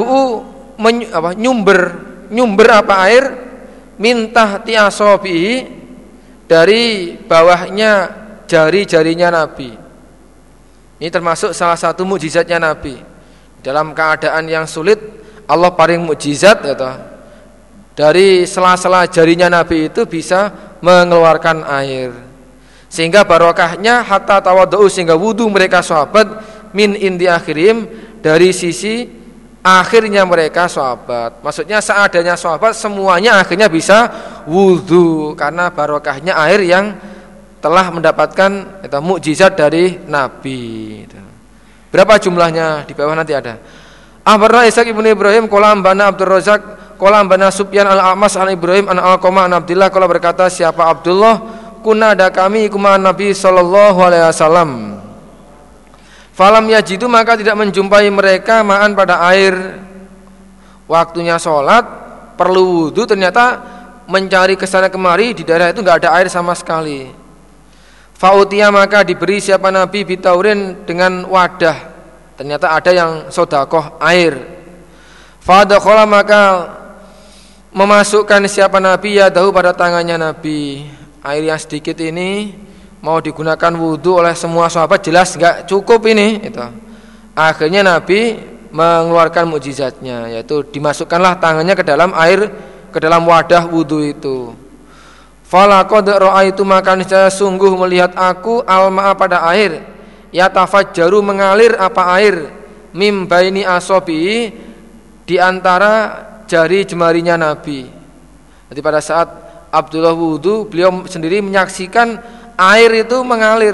nyumber apa air mintah tiasobi dari bawahnya jari-jarinya Nabi. Ini termasuk salah satu mukjizatnya Nabi. Dalam keadaan yang sulit Allah paling mukjizat itu. Dari sela-sela jarinya Nabi itu bisa mengeluarkan air. Sehingga barokahnya hatta tawaddu sehingga wudu mereka sahabat min indi akhirim dari sisi akhirnya mereka sahabat. Maksudnya seadanya sahabat semuanya akhirnya bisa wudu karena barokahnya air yang telah mendapatkan itu mukjizat dari Nabi. Berapa jumlahnya di bawah nanti ada. Ahbarna Ishaq ibnu Ibrahim qala ambana Abdul Razak qala ambana Sufyan al-A'mas an Ibrahim an Alqamah an Abdullah qala berkata siapa Abdullah kunna ada kami kuman Nabi sallallahu alaihi wasallam. Falam yajidu maka tidak menjumpai mereka ma'an pada air. Waktunya sholat perlu wudu ternyata mencari kesana kemari di daerah itu enggak ada air sama sekali. Fautia maka diberi siapa Nabi bitaurin dengan wadah. Ternyata ada yang sedekah air. Fadakhala maka memasukkan siapa Nabi ya dahu pada tangannya Nabi. Air yang sedikit ini mau digunakan wudu oleh semua sahabat jelas enggak cukup ini itu. Akhirnya Nabi mengeluarkan mukjizatnya yaitu dimasukkanlah tangannya ke dalam air ke dalam wadah wudu itu. Fala qad ra'aitu maka saya sungguh melihat aku al-ma'a pada air yatafajjaru mengalir apa air mim baini asobi di antara jari jemarinya Nabi. Jadi pada saat Abdullah wudu beliau sendiri menyaksikan air itu mengalir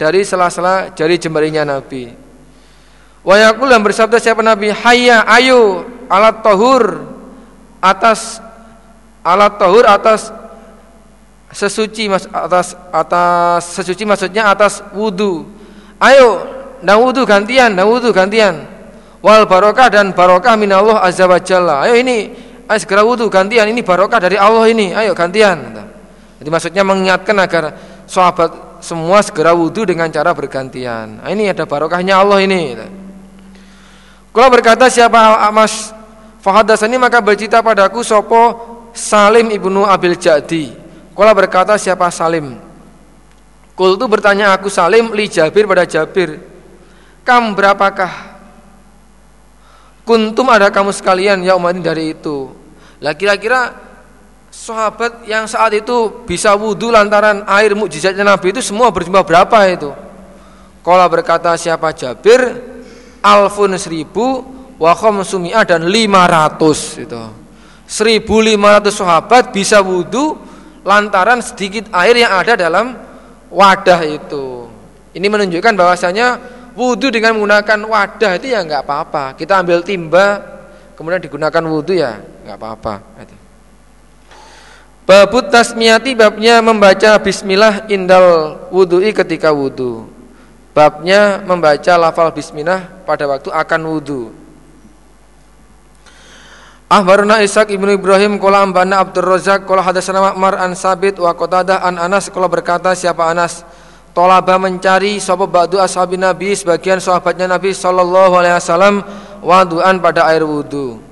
dari sela-sela jari jemarinya Nabi. Wa yaqul, dan bersabda siapa Nabi, hayya ayo alat tahur, atas sesuci, atas sesuci maksudnya atas wudu. Ayo nang wudu gantian. Wal barokah, dan barokah minallah azza wa jalla. Ayo ini segera wudu gantian, ini barokah dari Allah ini. Ayo gantian. Jadi maksudnya mengingatkan agar sahabat semua segera wudu dengan cara bergantian. Ini ada barokahnya Allah ini. Kalau berkata siapa Mas fahadasani, maka bercerita padaku sopo Salim ibnu Abil Jadi. Kalau berkata siapa Salim, Qultu bertanya aku Salim li Jabir pada Jabir, kam berapakah kuntum ada kamu sekalian ya umat dari itu. Lah kira-kira sahabat yang saat itu bisa wudu lantaran air mukjizatnya Nabi itu semua berjumlah berapa itu? Qala berkata siapa Jabir, alfun 1000 wa khamsumi'ah, dan 500 itu. 1500 sahabat bisa wudu lantaran sedikit air yang ada dalam wadah itu. Ini menunjukkan bahwasanya wudu dengan menggunakan wadah itu ya enggak apa-apa. Kita ambil timba kemudian digunakan wudu ya enggak apa-apa. Babut tasmiyati, babnya membaca bismillah indal wudu'i, ketika wudu. Babnya membaca lafal bismillah pada waktu akan wudu. Akhbarana Ishaq ibnu Ibrahim qala ambana Abdur Razzaq qala hadatsana Ma'mar an Sabit wa Qatadah an Anas qala berkata siapa Anas, tolaba mencari sapa ba'du ashabin Nabi, sebagian sahabatnya Nabi sallallahu alaihi wasallam, wudu'an pada air wudu.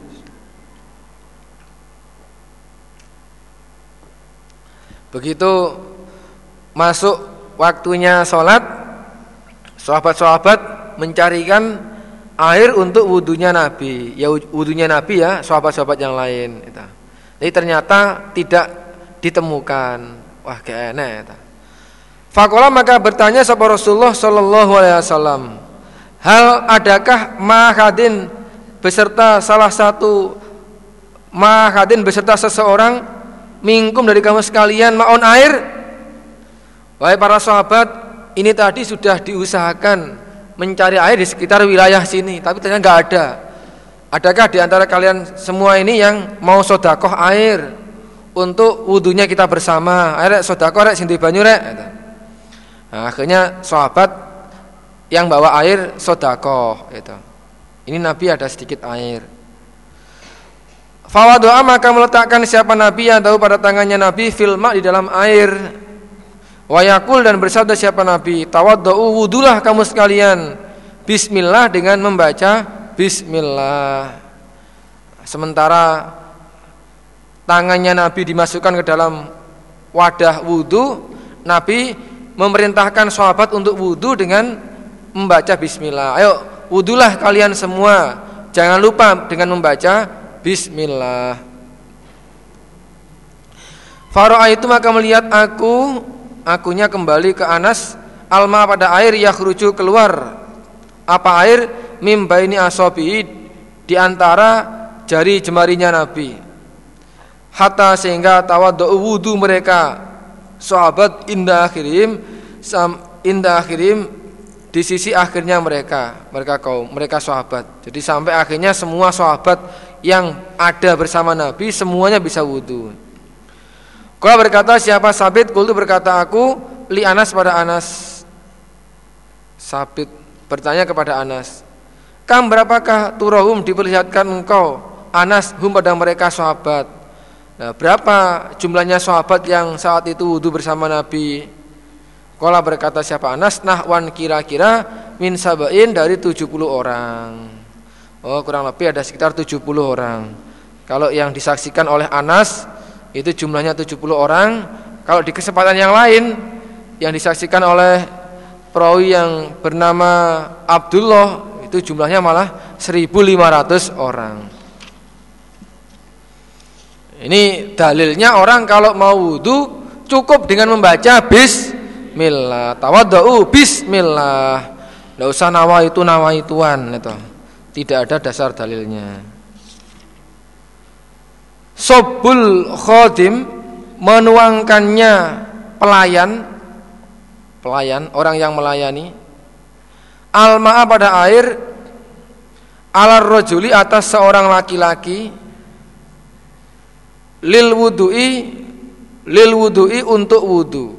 Begitu masuk waktunya sholat, sahabat-sahabat mencarikan air untuk wudunya Nabi. Ya wudunya Nabi ya, sahabat-sahabat yang lain. Jadi ternyata tidak ditemukan. Wah kene. Faqala, maka bertanya sahabat Rasulullah sallallahu alaihi wasallam, hal adakah mahadin beserta salah satu mahadin beserta seseorang minkum dari kamu sekalian ma'un air. Wahai para sahabat, ini tadi sudah diusahakan mencari air di sekitar wilayah sini, tapi ternyata enggak ada. Adakah di antara kalian semua ini yang mau sedekah air untuk wudunya kita bersama? Air sedekah rek sing banyu rek. Nah, akhirnya sahabat yang bawa air sedekah itu. Ini Nabi ada sedikit air. Fawadu'a, maka meletakkan siapa Nabi yang tahu pada tangannya Nabi filma di dalam air. Wayakul, dan bersabda siapa Nabi, tawaddu'u, wudulah kamu sekalian, bismillah, dengan membaca bismillah. Sementara tangannya Nabi dimasukkan ke dalam wadah wudu, Nabi memerintahkan sahabat untuk wudu dengan membaca bismillah. Ayo wudulah kalian semua, jangan lupa dengan membaca bismillah. Faro'a itu, maka melihat akunya kembali ke Anas, alma pada air, yakhruju keluar. Apa air? Mim baini asabi, di antara jari jemarinya Nabi. Hatta sehingga tawaddu wudu mereka sahabat inda akhirim di sisi akhirnya mereka kaum, mereka sahabat. Jadi sampai akhirnya semua sahabat yang ada bersama Nabi semuanya bisa wudu. Kalau berkata siapa Sabit, Qultu berkata aku li Anas pada Anas. Sabit bertanya kepada Anas, kam berapakah turahum, diperlihatkan engkau Anas hum pada mereka sahabat. Nah, berapa jumlahnya sahabat yang saat itu wudu bersama Nabi? Qala berkata siapa Anas, nahwan kira-kira min sabain, dari 70 orang. Oh, kurang lebih ada sekitar 70 orang. Kalau yang disaksikan oleh Anas itu jumlahnya 70 orang. Kalau di kesempatan yang lain yang disaksikan oleh perawi yang bernama Abdullah, itu jumlahnya malah 1.500 orang. Ini dalilnya orang kalau mau wudu cukup dengan membaca bismillah. Tawaddu bismillah. Enggak usah nawaituan itu. Tidak ada dasar dalilnya. Sobbul khodim, menuangkannya pelayan, pelayan, orang yang melayani, al-ma'a pada air, alar rajuli atas seorang laki-laki, lil wudu'i untuk wudu.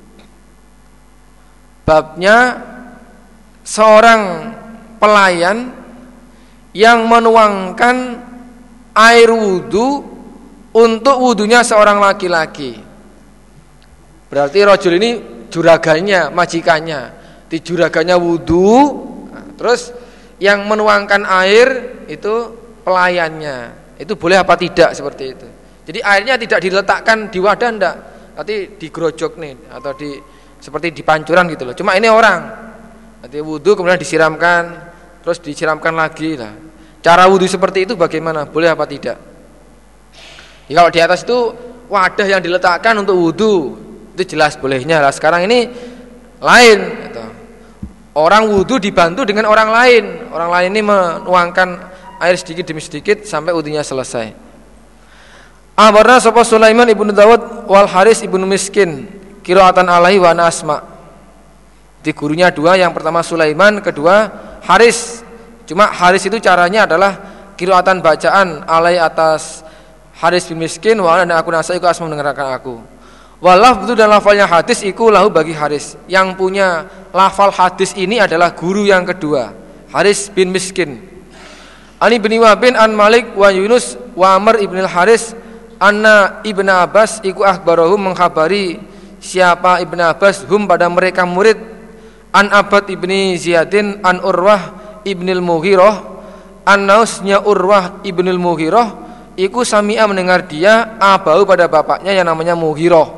Babnya seorang pelayan yang menuangkan air wudu untuk wudunya seorang laki-laki. Berarti rajul ini juraganya, majikannya. Di juraganya wudu, terus yang menuangkan air itu pelayannya. Itu boleh apa tidak seperti itu. Jadi airnya tidak diletakkan di wadah enggak, nanti digerojok nih atau seperti di pancuran gitu loh. Cuma ini orang. Nanti wudu kemudian disiramkan, terus disiramkan lagi lah. Cara wudu seperti itu bagaimana? Boleh apa tidak? Ya, kalau di atas itu wadah yang diletakkan untuk wudu, itu jelas bolehnya lah. Sekarang ini lain gitu. Orang wudu dibantu dengan orang lain. Orang lain ini menuangkan air sedikit demi sedikit sampai wudunya selesai. Akhbarna sapa Sulaiman ibnu Dawud wal Haris ibnu Miskin qiraatan alaihi wa ana asma. Di gurunya dua, yang pertama Sulaiman, kedua Haris. Cuma Haris itu caranya adalah qiraatan bacaan alai atas Haris bin Miskin wa ana aku nasa iku asma mendengarkan aku. Walaf itu dan lafalnya hadis iku lahu bagi Haris. Yang punya lafal hadis ini adalah guru yang kedua, Haris bin Miskin. Ani bin Wahbin an Malik wa Yunus wa Amr ibn al-Haris anna Ibn Abbas iku akhbarahum mengkhabari siapa Ibn Abbas hum pada mereka murid an Abad ibni Ziyadin an Urwah ibnil Mughirah annausnya Urwah ibnil Mughirah iku sami'a mendengar dia abau pada bapaknya yang namanya Mughirah.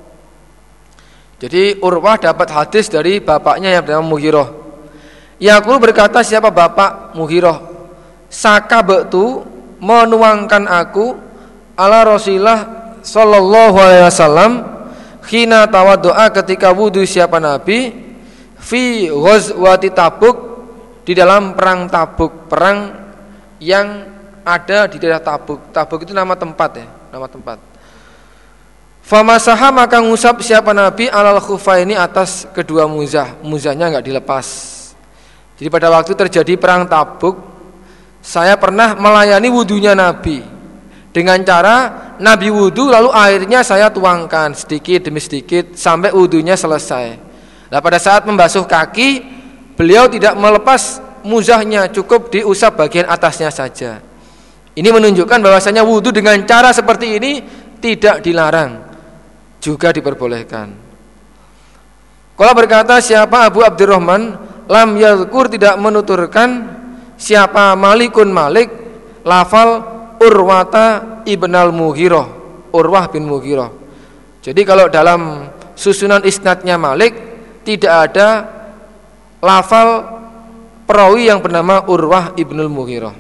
Jadi Urwah dapat hadis dari bapaknya yang bernama Mughirah. Yaqul berkata siapa bapak Mughirah, sakabtu menuangkan aku ala Rasulullah sallallahu alaihi wasallam khina tawaddu'a ketika wudu siapa Nabi fi ghazwati Tabuk di dalam perang Tabuk, perang yang ada di daerah Tabuk. Tabuk itu nama tempat ya, nama tempat. Famasaha maka ngusap siapa Nabi alal khufaini atas kedua muzahnya enggak dilepas. Jadi pada waktu terjadi perang Tabuk, saya pernah melayani wudunya Nabi. Dengan cara Nabi wudu lalu airnya saya tuangkan sedikit demi sedikit sampai wudunya selesai. Nah pada saat membasuh kaki beliau tidak melepas muzahnya, cukup diusap bagian atasnya saja. Ini menunjukkan bahwasanya wudu dengan cara seperti ini tidak dilarang, juga diperbolehkan. Kalau berkata siapa Abu Abdurrahman lam yadhkur tidak menuturkan siapa Malikun Malik lafal Urwata ibnal Mughirah, Urwah bin Mughirah. Jadi kalau dalam susunan isnadnya Malik tidak ada lafal perawi yang bernama Urwah ibnul Mughirah.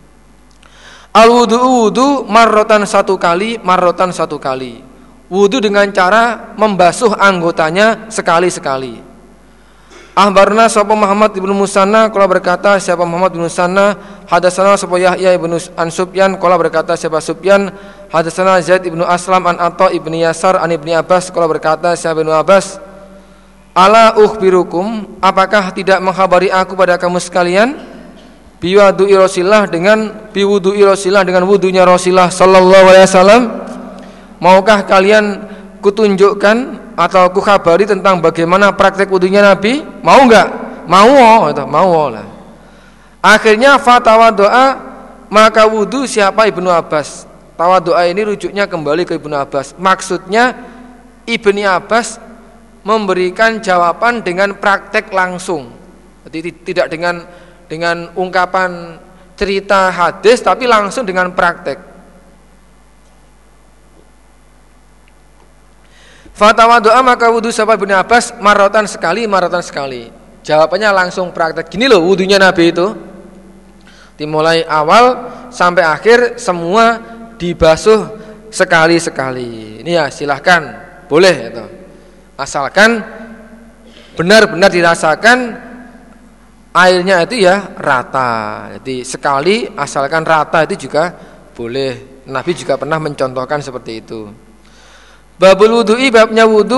Wudu marrotan satu kali. Wudu dengan cara membasuh anggotanya sekali-sekali. Ahbarna sapa Muhammad ibnu Musanna qala berkata siapa Muhammad bin Musanna hadatsana sapa Yahya ibnu Ansubyan qala berkata siapa Sufyan hadatsana Zaid ibnu Aslam an Atha ibnu Yasar an Ibni Abbas qala berkata siapa Ibnu Abbas ala ukhbirukum apakah tidak mengkhabari aku pada kamu sekalian biwudu'i Rasulillah dengan biwudu'i Rasulillah dengan wudunya Rasulullah sallallahu alaihi wasallam, maukah kalian kutunjukkan atau ku khabari tentang bagaimana praktek wudunya Nabi? Mau enggak? Mau lah. Akhirnya fatawaddoa maka wudu siapa Ibnu Abbas. Tawaddoa ini rujuknya kembali ke Ibnu Abbas. Maksudnya Ibnu Abbas memberikan jawaban dengan praktek langsung. Jadi tidak dengan ungkapan cerita hadis tapi langsung dengan praktek. Fatawa doa maka wudu sahabat Ibnu Abbas maratan sekali. Jawabannya langsung praktek. Gini loh wudunya Nabi itu. Dimulai awal sampai akhir semua dibasuh sekali-sekali. Ini ya silahkan, boleh itu. Asalkan benar-benar dirasakan airnya itu ya rata. Jadi sekali asalkan rata itu juga boleh. Nabi juga pernah mencontohkan seperti itu. Babul wudu'i babnya wudu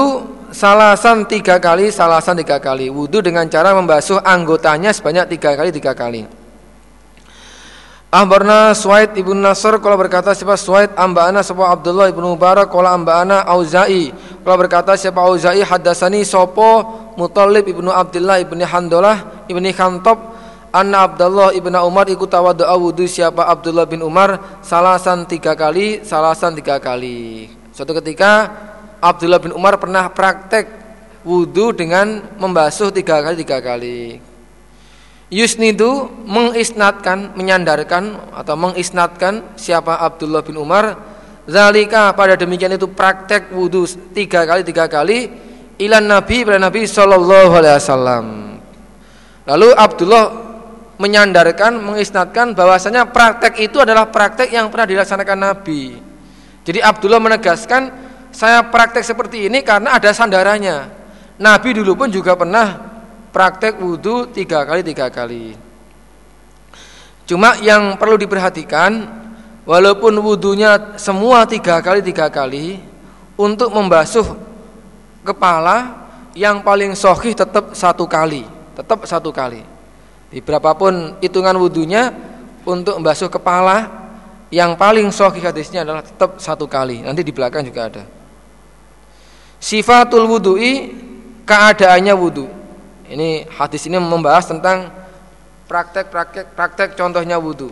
salasan 3 kali, salasan 3 kali. Wudu dengan cara membasuh anggotanya sebanyak 3 kali. Akhbarna Suaid ibn Nasr qala berkata siapa Suaid amba'ana sapa Abdullah ibn Mubarak qala amba'ana Auza'i qala berkata siapa Auza'i hadatsani sapa Muthalib ibn Abdullah ibn Handalah ibn Khantab anna Abdullah ibn Umar ikut tawaddu'a wudu siapa Abdullah bin Umar salasan 3 kali. Suatu ketika Abdullah bin Umar pernah praktek wudu dengan membasuh 3 kali. Yusnidu mengisnadkan, menyandarkan atau mengisnadkan siapa Abdullah bin Umar zalika pada demikian itu praktek wudu 3 kali ilan Nabi pada Nabi sallallahu alaihi wasallam. Lalu Abdullah menyandarkan, mengisnadkan bahwasanya praktek itu adalah praktek yang pernah dilaksanakan Nabi. Jadi Abdullah menegaskan saya praktek seperti ini karena ada sandarannya. Nabi dulu pun juga pernah praktek wudu 3 kali. Cuma yang perlu diperhatikan, walaupun wudunya semua 3 kali, untuk membasuh kepala yang paling sahih tetap 1 kali. Di berapapun hitungan wudunya, untuk membasuh kepala yang paling sahih hadisnya adalah tetap 1 kali. Nanti di belakang juga ada. Sifatul wudu'i, keadaannya wudu. Ini hadis ini membahas tentang praktek contohnya wudu.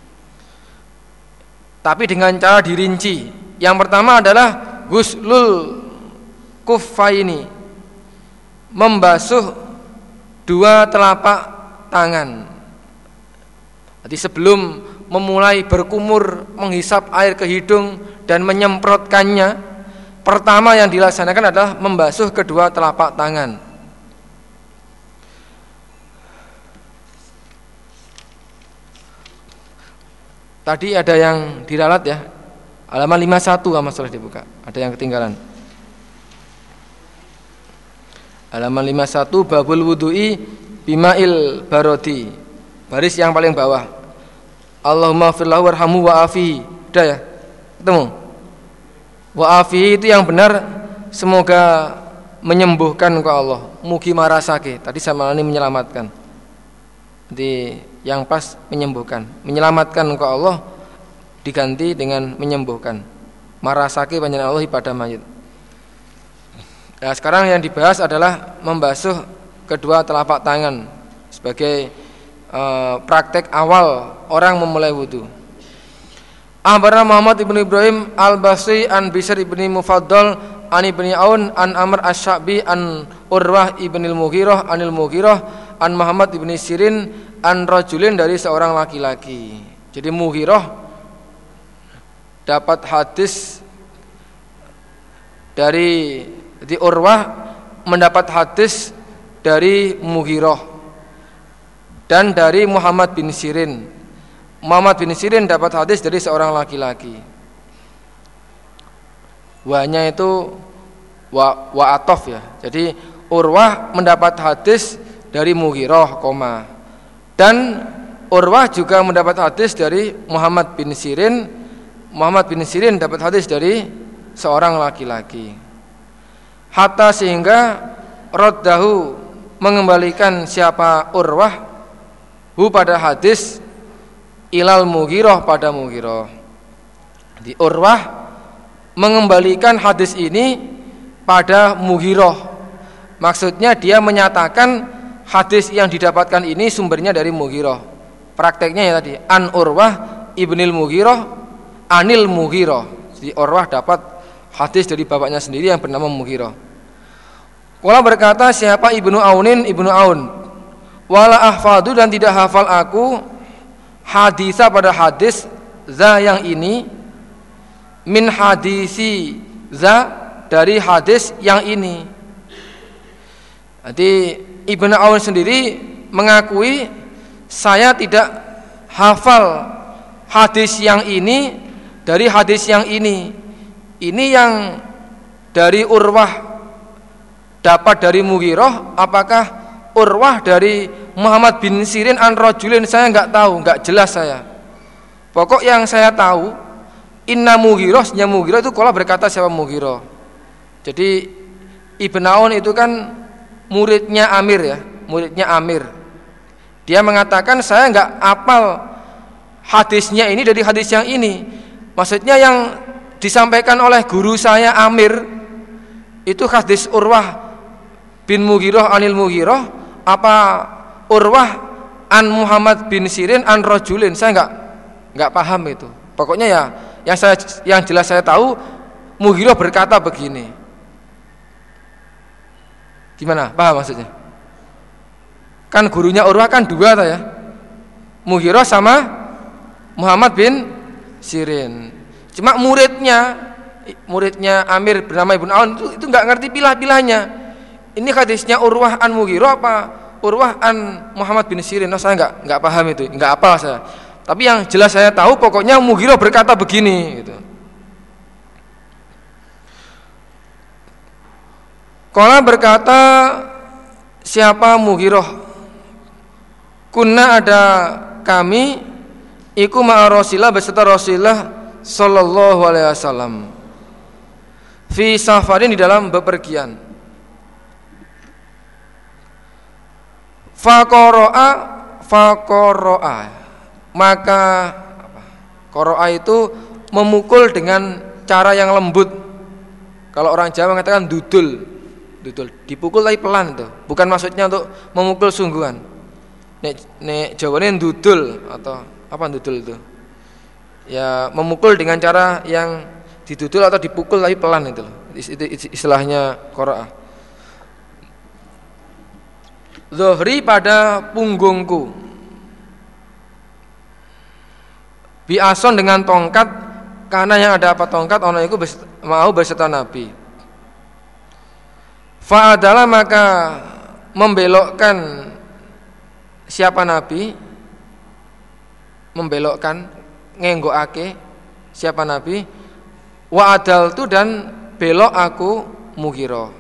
Tapi dengan cara dirinci. Yang pertama adalah ghuslul kuffaini, membasuh 2 telapak tangan. Jadi sebelum memulai berkumur, menghisap air ke hidung dan menyemprotkannya, pertama yang dilaksanakan adalah membasuh kedua telapak tangan. Tadi ada yang diralat ya, halaman 51 masalah dibuka, ada yang ketinggalan. Halaman 51 babul wudu'i bima'il barodi, baris yang paling bawah. Allahumma firlahu warhamu wa'afihi. Udah ya, ketemu. Wa'afihi itu yang benar, semoga menyembuhkan engkau Allah. Mugi marasake, tadi sama ini menyelamatkan. Jadi yang pas menyembuhkan, menyelamatkan engkau Allah diganti dengan menyembuhkan. Marasake panjenengan Allah pada mayit. Nah, sekarang yang dibahas adalah membasuh kedua telapak tangan sebagai praktek awal orang memulai wudu. Akhbarana Muhammad ibnu Ibrahim al-Basri an Bishr ibni Mufaddal an ibni Aun an Amr asy-Sya'bi an Urwah ibnil Mughirah anil Mughirah an Muhammad ibni Sirin an rajulin dari seorang laki-laki. Jadi Mughirah dapat hadis dari Urwah, mendapat hadis dari Mughirah dan dari Muhammad bin Sirin. Muhammad bin Sirin dapat hadis dari seorang laki-laki. Wahnya itu wa atof ya. Jadi Urwah mendapat hadis dari Mughirah, dan Urwah juga mendapat hadis dari Muhammad bin Sirin. Muhammad bin Sirin dapat hadis dari seorang laki-laki. Hatta sehingga raddahu mengembalikan siapa Urwah pada hadis ilal Mughirah pada Mughirah. Di Urwah mengembalikan hadis ini pada Mughirah. Maksudnya dia menyatakan hadis yang didapatkan ini sumbernya dari Mughirah. Prakteknya ya tadi an Urwah ibnil Mughirah anil Mughirah. Jadi Urwah dapat hadis dari bapaknya sendiri yang bernama Mughirah. Qala berkata siapa Ibnu Aun, wala ahfadu dan tidak hafal aku hadisa pada hadis za yang ini min hadisi za dari hadis yang ini. Jadi Ibnu Aun sendiri mengakui saya tidak hafal hadis yang ini dari hadis yang ini. Ini yang dari Urwah dapat dari Mughirah, apakah Urwah dari Muhammad bin Sirin an rajulin, saya enggak tahu, enggak jelas saya. Pokok yang saya tahu inna Mughirah, itu kalau berkata siapa Mughirah. Jadi Ibn Aun itu kan muridnya Amir ya, muridnya Amir. Dia mengatakan saya enggak apal hadisnya ini dari hadis yang ini. Maksudnya yang disampaikan oleh guru saya Amir itu hadis Urwah bin Mughirah anil Mughirah apa Urwah an Muhammad bin Sirin an rajulin, saya enggak paham itu. Pokoknya ya yang jelas saya tahu Mughirah berkata begini. Gimana? Paham maksudnya? Kan gurunya Urwah kan dua ya. Mughirah sama Muhammad bin Sirin. Cuma muridnya Amir bernama Ibn Aun itu enggak ngerti pilah-pilahnya. Ini hadisnya Urwah an Mughirah apa Urwah an Muhammad bin Sirin? Saya enggak paham itu, enggak hafal saya. Tapi yang jelas saya tahu pokoknya Mughirah berkata begini gitu. Qala berkata siapa Mughirah? Kunna ada kami iku ma'a Rasulillah beserta Rasulullah sallallahu alaihi wasallam fi safarin di dalam bepergian. Faqara'a maka qara'a itu memukul dengan cara yang lembut. Kalau orang Jawa mengatakan dudul, dipukul tapi pelan itu. Bukan maksudnya untuk memukul sungguhan. Nek Jawane dudul atau apa dudul itu? Ya memukul dengan cara yang didudul atau dipukul tapi pelan itu loh. Itu istilahnya qaraah. Zuhri pada punggungku. Biason dengan tongkat karena yang ada apa tongkat ono iku mau beserta Nabi. Fa'adalah maka membelokkan siapa Nabi, membelokkan ngenggokake siapa Nabi, wa adaltu dan belok aku Mughirah.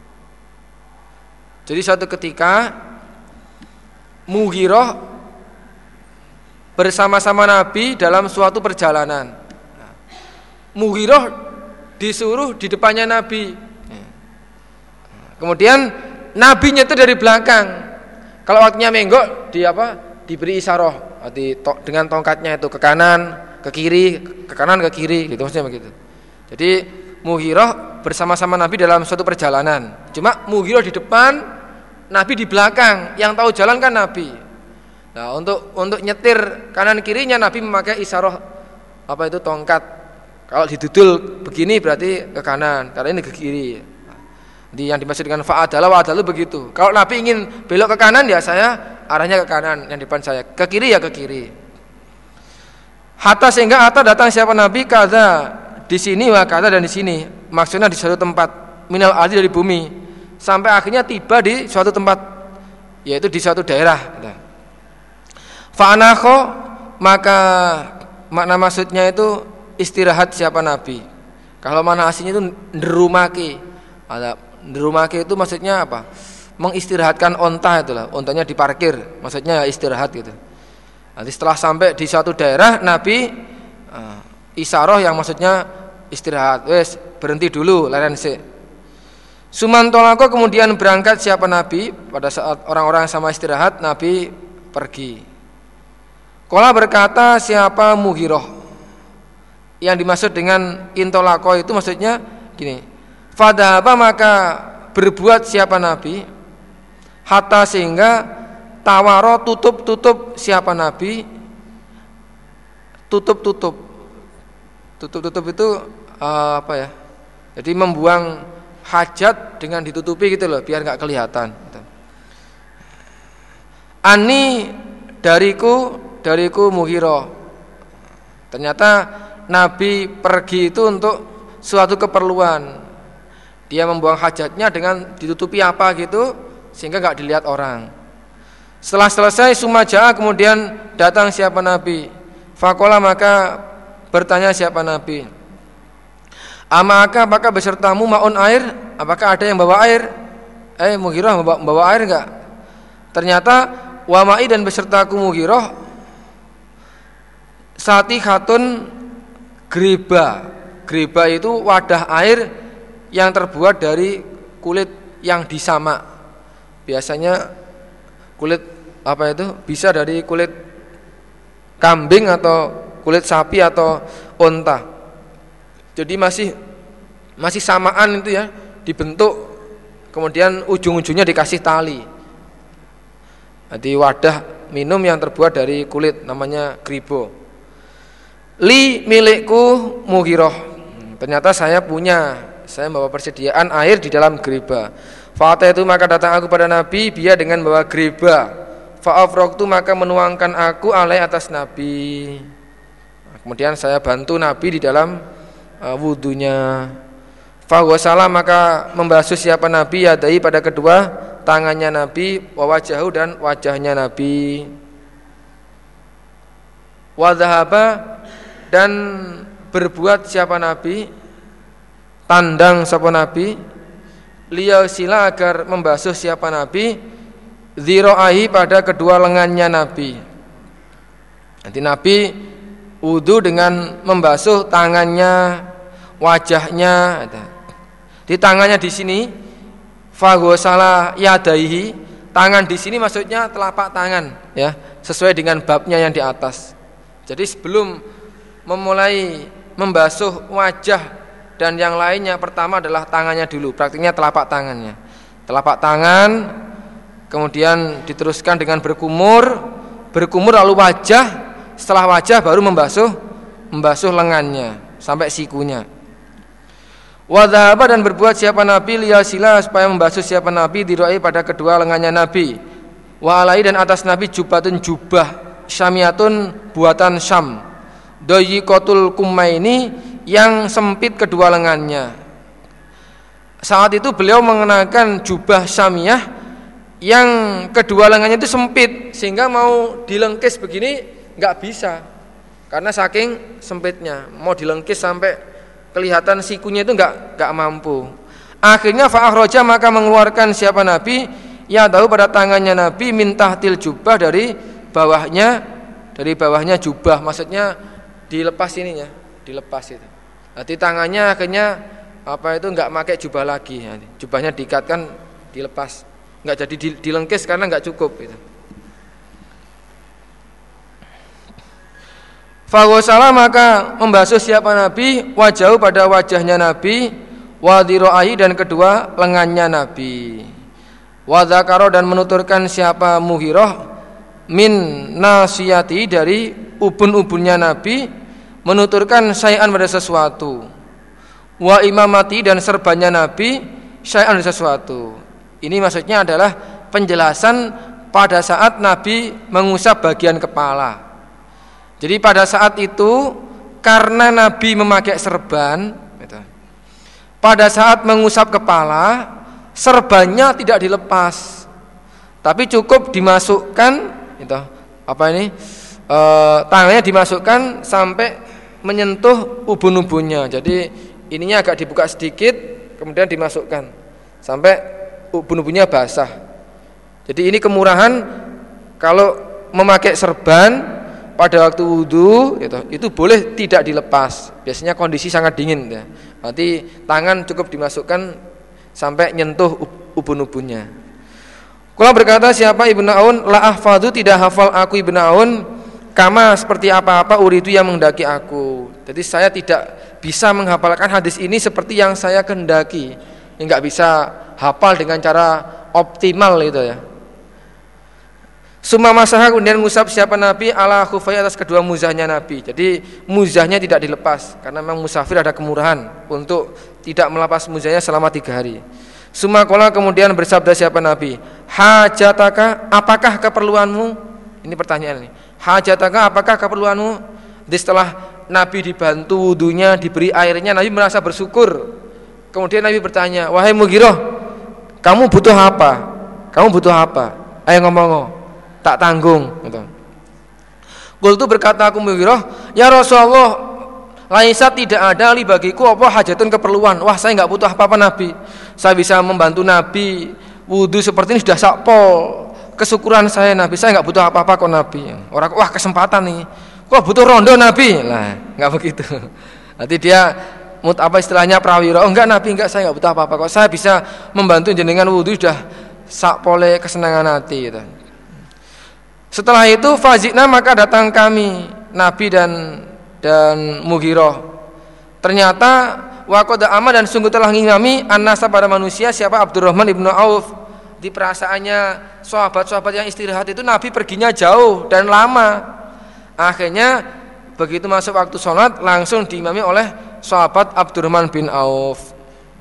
Jadi suatu ketika Mughirah bersama-sama Nabi dalam suatu perjalanan. Mughirah disuruh di depannya Nabi. Kemudian Nabi nyetir dari belakang. Kalau waktunya menggok diberi isaroh, dengan tongkatnya itu ke kanan, ke kiri, ke kanan, ke kiri, gitu maksudnya begitu. Jadi Mughirah bersama-sama Nabi dalam suatu perjalanan. Cuma Mughirah di depan, Nabi di belakang. Yang tahu jalan kan Nabi. Nah, untuk nyetir kanan kirinya Nabi memakai isaroh tongkat. Kalau didudul begini berarti ke kanan, karena ini ke kiri. Jadi yang dimaksud dengan fa'adalah wa'adalu begitu. Kalau Nabi ingin belok ke kanan ya saya arahnya ke kanan, yang depan saya. Ke kiri ya ke kiri. Hatta sehingga datang siapa Nabi kaza di sini wa kaza dan di sini. Maksudnya di suatu tempat minal ardi dari bumi. Sampai akhirnya tiba di suatu tempat, yaitu di suatu daerah. Fa'anakho maka makna maksudnya itu istirahat siapa Nabi. Kalau mana aslinya itu nderumaki. Nderumaki itu maksudnya apa? Mengistirahatkan onta itulah. Ontanya diparkir, maksudnya istirahat gitu. Nanti setelah sampai di suatu daerah Nabi isaroh yang maksudnya istirahat. Wes berhenti dulu, leren sik. Sumantolako kemudian berangkat siapa Nabi. Pada saat orang-orang sama istirahat Nabi pergi. Qala berkata siapa Mughirah. Yang dimaksud dengan intolako itu maksudnya gini. Fadhaba maka berbuat siapa Nabi hatta sehingga tawaro tutup siapa Nabi tutup itu apa ya? Jadi membuang hajat dengan ditutupi gitu loh biar nggak kelihatan. Ani dariku Mughirah. Ternyata Nabi pergi itu untuk suatu keperluan. Dia membuang hajatnya dengan ditutupi apa gitu sehingga enggak dilihat orang. Setelah selesai sumaja kemudian datang siapa Nabi. Faqala maka bertanya siapa Nabi. Apakah besertamu maun air? Apakah ada yang bawa air? Mughirah bawa air enggak? Ternyata wa ma'i dan besertaku Mughirah satihatun griba. Griba itu wadah air yang terbuat dari kulit yang disamak. Biasanya kulit apa itu? Bisa dari kulit kambing atau kulit sapi atau unta. Jadi masih samaan itu ya, dibentuk kemudian ujung-ujungnya dikasih tali. Jadi wadah minum yang terbuat dari kulit namanya gribo. Li milikku Mughirah. Ternyata saya membawa persediaan air di dalam gereba. Fa'ata itu maka datang aku pada Nabi dia dengan bawa gereba. Fa'afraqtu maka menuangkan aku alai atas Nabi. Kemudian saya bantu Nabi di dalam wudunya. Fa'wasala maka membasuh siapa Nabi yadai pada kedua tangannya Nabi, wawajahu dan wajahnya Nabi. Wadhahaba dan berbuat siapa Nabi, tandang siapa Nabi, liyasila agar membasuh siapa Nabi, dzira'i pada kedua lengannya Nabi. Nanti Nabi wudu dengan membasuh tangannya, wajahnya. Di tangannya di sini faghosala yadaihi, tangan di sini maksudnya telapak tangan ya, sesuai dengan babnya yang di atas. Jadi sebelum memulai membasuh wajah dan yang lainnya, pertama adalah tangannya dulu, praktiknya telapak tangannya. Telapak tangan, kemudian diteruskan dengan berkumur lalu wajah, setelah wajah baru membasuh lengannya sampai sikunya. Wadhaba dan berbuat siapa Nabi liyasila supaya membasuh siapa Nabi dirai pada kedua lengannya Nabi. Wa alai dan atas Nabi jubatun jubah syamiyatun buatan Syam. Doyikotul kumaini yang sempit kedua lengannya. Saat itu beliau mengenakan jubah syamiyah yang kedua lengannya itu sempit sehingga mau dilengkis begini nggak bisa karena saking sempitnya. Mau dilengkis sampai kelihatan sikunya itu enggak mampu. Akhirnya fa'akhraja maka mengeluarkan siapa Nabi ya tahu pada tangannya Nabi min tahtil jubah dari bawahnya jubah, maksudnya dilepas ininya, dilepas itu. Nanti tangannya akhirnya enggak pakai jubah lagi. Jubahnya diikatkan, dilepas. Enggak jadi dilengkis karena enggak cukup itu. Faghosala maka membasuh siapa Nabi wajahu pada wajahnya Nabi, wadhiro'ahi dan kedua lengannya Nabi, wadhakaro dan menuturkan siapa Mughirah min nasiyati dari ubun-ubunnya Nabi, menuturkan syai'an pada sesuatu, wa imamati dan serbannya Nabi syai'an pada sesuatu. Ini maksudnya adalah penjelasan pada saat Nabi mengusap bagian kepala. Jadi pada saat itu karena Nabi memakai serban, pada saat mengusap kepala serbannya tidak dilepas, tapi cukup dimasukkan, tangannya dimasukkan sampai menyentuh ubun-ubunnya. Jadi ininya agak dibuka sedikit, kemudian dimasukkan sampai ubun-ubunnya basah. Jadi ini kemurahan kalau memakai serban pada waktu wudu itu boleh tidak dilepas. Biasanya kondisi sangat dingin ya. Nanti tangan cukup dimasukkan sampai nyentuh ubun-ubunnya. Kula berkata siapa Ibnu Aun, la ahfadzu tidak hafal aku Ibnu Aun kama seperti apa-apa uridu yang menghendaki aku. Jadi saya tidak bisa menghafalkan hadis ini seperti yang saya kehendaki. Enggak bisa hafal dengan cara optimal itu ya. Summa masaha kemudian ngusap siapa Nabi ala khufai atas kedua muzahnya Nabi. Jadi muzahnya tidak dilepas karena memang musafir ada kemurahan untuk tidak melepas muzahnya selama 3 hari. Summa qala kemudian bersabda siapa Nabi, hajataka apakah keperluanmu? Ini pertanyaan ini. Hajataka apakah keperluanmu? Jadi setelah Nabi dibantu wudunya, diberi airnya, Nabi merasa bersyukur. Kemudian Nabi bertanya, wahai Mughirah, kamu butuh apa? Kamu butuh apa? Ayo ngomong. Tak tanggung gitu. Qultu berkata aku Mughirah, ya Rasulullah, laisa tidak ada li bagiku apa hajatun keperluan. Wah, saya enggak butuh apa-apa Nabi. Saya bisa membantu Nabi wudu seperti ini sudah sakpol. Kesyukuran saya Nabi, saya enggak butuh apa-apa kok Nabi. Orang wah kesempatan nih. Kok butuh rondo Nabi? Lah, enggak begitu. Nanti dia apa istilahnya prawira. Oh enggak Nabi, enggak, saya enggak butuh apa-apa kok. Saya bisa membantu jenengan wudu sudah sak pole kesenangan hati gitu. Setelah itu fazina maka datang kami Nabi dan Mughirah. Ternyata waqad ama dan sungguh telah ngimami annasa pada manusia siapa Abdurrahman ibnu Auf. Di perasaannya sahabat-sahabat yang istirahat itu Nabi perginya jauh dan lama. Akhirnya begitu masuk waktu sholat langsung diimami oleh sahabat Abdurrahman bin Auf.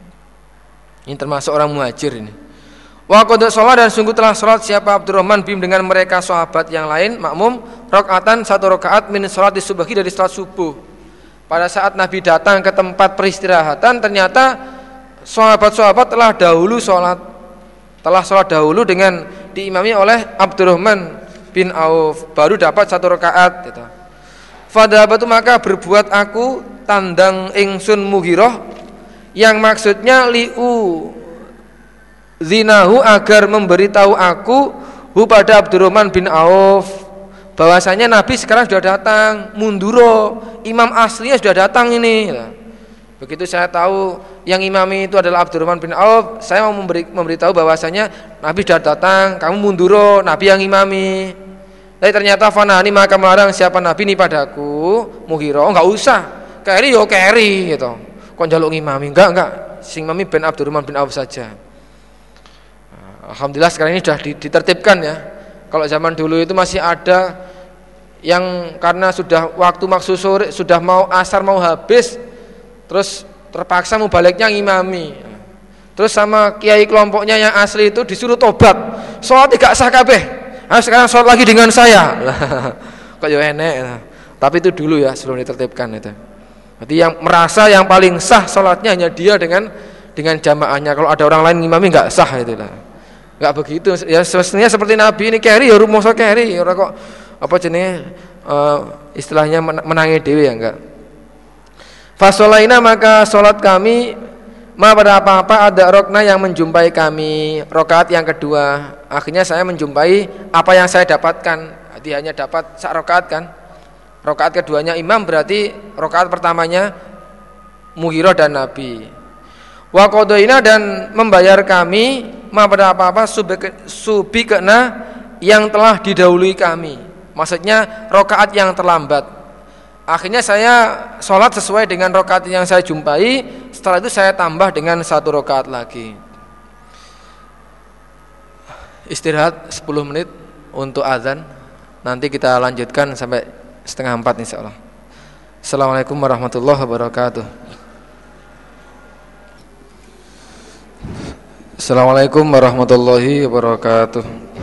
Ini termasuk orang muhajir ini. Wa qad sholat dan sungguh telah sholat siapa Abdurrahman bin dengan mereka sahabat yang lain makmum rakaatan 1 rakaat min sholat subuhi dari sholat subuh. Pada saat Nabi datang ke tempat peristirahatan ternyata sahabat-sahabat telah dahulu sholat. Telah sholat dahulu dengan diimami oleh Abdurrahman bin Auf, baru dapat 1 rakaat gitu. Fadhabatu maka berbuat aku tandang ingsun Mughirah, yang maksudnya liu zinahu agar memberitahu aku pada Abdurrahman bin Auf bahwasanya Nabi sekarang sudah datang, munduro, imam aslinya sudah datang ini gitu. Begitu saya tahu yang imami itu adalah Abdurrahman bin Auf, saya mau memberitahu bahwasanya Nabi sudah datang, kamu munduro, Nabi yang imami. Tapi ternyata fanani maka melarang siapa Nabi ini padaku, Mughirah, oh enggak usah, keri yo keri gitu. Kok njaluk ngimami? Enggak, sing imami ben Abdurrahman bin Auf saja. Alhamdulillah sekarang ini sudah ditertibkan ya. Kalau zaman dulu itu masih ada yang karena sudah waktu maksud sore, sudah mau asar mau habis, terus terpaksa mau baliknya ngimami. Terus sama kiai kelompoknya yang asli itu disuruh tobat. Sholat tidak sah kabeh. Sekarang sholat lagi dengan saya. Kok ya enek. Tapi itu dulu ya sebelum ditertibkan itu. Berarti yang merasa yang paling sah sholatnya hanya dia dengan jamaahnya. Kalau ada orang lain ngimami enggak sah itulah. Enggak begitu. Ya semestinya seperti Nabi ini keri ya rumoso keri. Ora kok apa jenenge istilahnya menangi dewe ya enggak. Fasolaina maka sholat kami pada apa-apa ada rokna yang menjumpai kami rokaat yang kedua. Akhirnya saya menjumpai apa yang saya dapatkan. Jadi hanya dapat sak rokaat kan. Rokaat keduanya imam berarti rokaat pertamanya Mughirah dan Nabi. Wa qadoina dan membayar kami pada apa-apa subikna yang telah didahului kami. Maksudnya rokaat yang terlambat. Akhirnya saya sholat sesuai dengan rakaat yang saya jumpai. Setelah itu saya tambah dengan 1 rakaat lagi. Istirahat 10 menit untuk azan. Nanti kita lanjutkan sampai 3:30 insyaallah. Assalamualaikum warahmatullahi wabarakatuh. Assalamualaikum warahmatullahi wabarakatuh.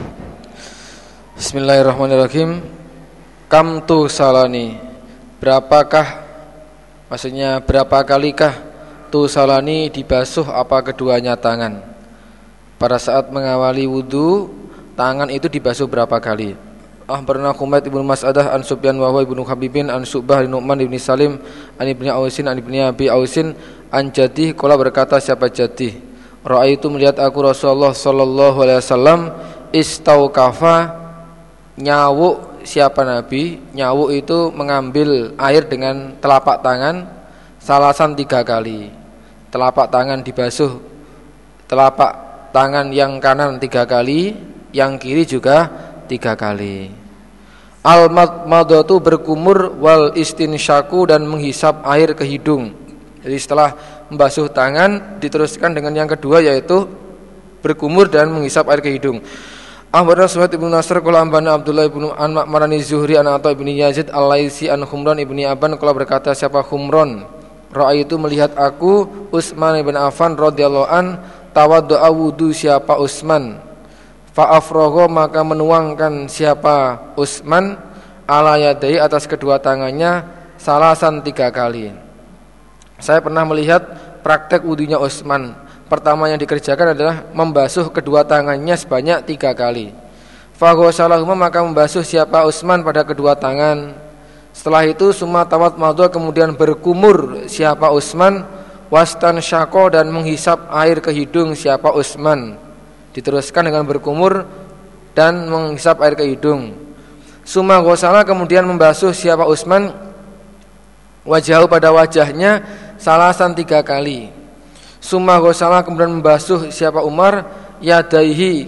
Bismillahirrahmanirrahim. Kam tu salani, berapakah, maksudnya berapa kalikah tu salani dibasuh apa keduanya tangan? Pada saat mengawali wudu, tangan itu dibasuh berapa kali? Akhbarana Humaid ibnu Mas'adah an Sufyan wa huwa ibnu Habibin an Subah bin Nu'man ibn Salim an ibni Ausin an ibni Abi Ausin an Jadih qala berkata siapa Jadih, ra'aitu melihat aku Rasulullah sallallahu alaihi wasallam istauqafa nyawuk. Siapa Nabi? Nyawuk itu mengambil air dengan telapak tangan salasan 3 kali. Telapak tangan dibasuh, telapak tangan yang kanan 3 kali, yang kiri juga 3 kali. Al-madmadatu berkumur, wal istinsyaku dan menghisap air ke hidung. Jadi setelah membasuh tangan diteruskan dengan yang kedua yaitu berkumur dan menghisap air ke hidung. Ahmad Suhaid ibnu Nasr qala ambana Abdullah ibnu an Ma'marani Zuhri an Atha ibni Yazid al-Laisi an Humran ibni Aban qala berkata siapa Humran, ra'aitu melihat aku Utsman ibn Affan radhiyallahu an tawaddu'a wudu siapa Utsman, fa afragha maka menuangkan siapa Utsman ala yadai atas kedua tangannya salasan 3 kali. Saya pernah melihat praktek wudunya Utsman. Pertama yang dikerjakan adalah membasuh kedua tangannya sebanyak 3 kali. Faghasalahuma maka membasuh siapa Utsman pada kedua tangan. Setelah itu summa tawat madha kemudian berkumur siapa Utsman, wastan syaqo dan menghisap air ke hidung siapa Utsman. Diteruskan dengan berkumur dan menghisap air ke hidung. Summa ghasala kemudian membasuh siapa Utsman wajahu pada wajahnya salasan 3 kali. Summa ghasala kemudian membasuh siapa Umar yadaihi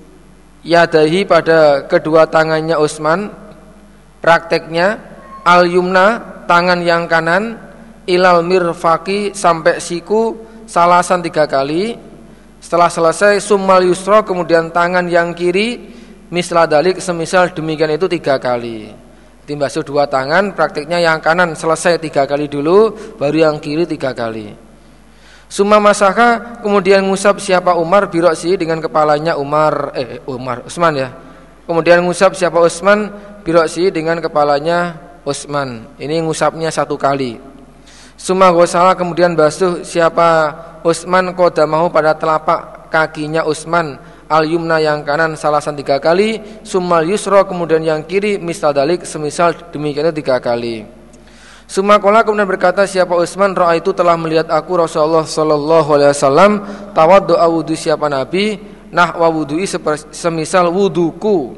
pada kedua tangannya Utsman. Prakteknya al-yumna tangan yang kanan ilal mirfaqi sampai siku salasan 3 kali. Setelah selesai summal yusra kemudian tangan yang kiri misla dalik semisal demikian itu 3 kali. Dibasuh 2 tangan, praktiknya yang kanan selesai 3 kali dulu, baru yang kiri 3 kali. Summa masaka kemudian ngusap siapa Umar biroksi dengan kepalanya Utsman ya. Kemudian ngusap siapa Utsman biroksi dengan kepalanya Utsman. Ini ngusapnya 1 kali. Summa ghasala kemudian basuh siapa Utsman qadamahu pada telapak kakinya Utsman al-yumna yang kanan salasan 3 kali, summal yusra kemudian yang kiri misal dalik semisal demikian 3 kali. Summa qala kemudian berkata siapa Utsman raaitu telah melihat aku Rasulullah sallallahu alaihi wasallam tawaddu'a wudu siapa Nabi nahwa wudu'i semisal wuduku.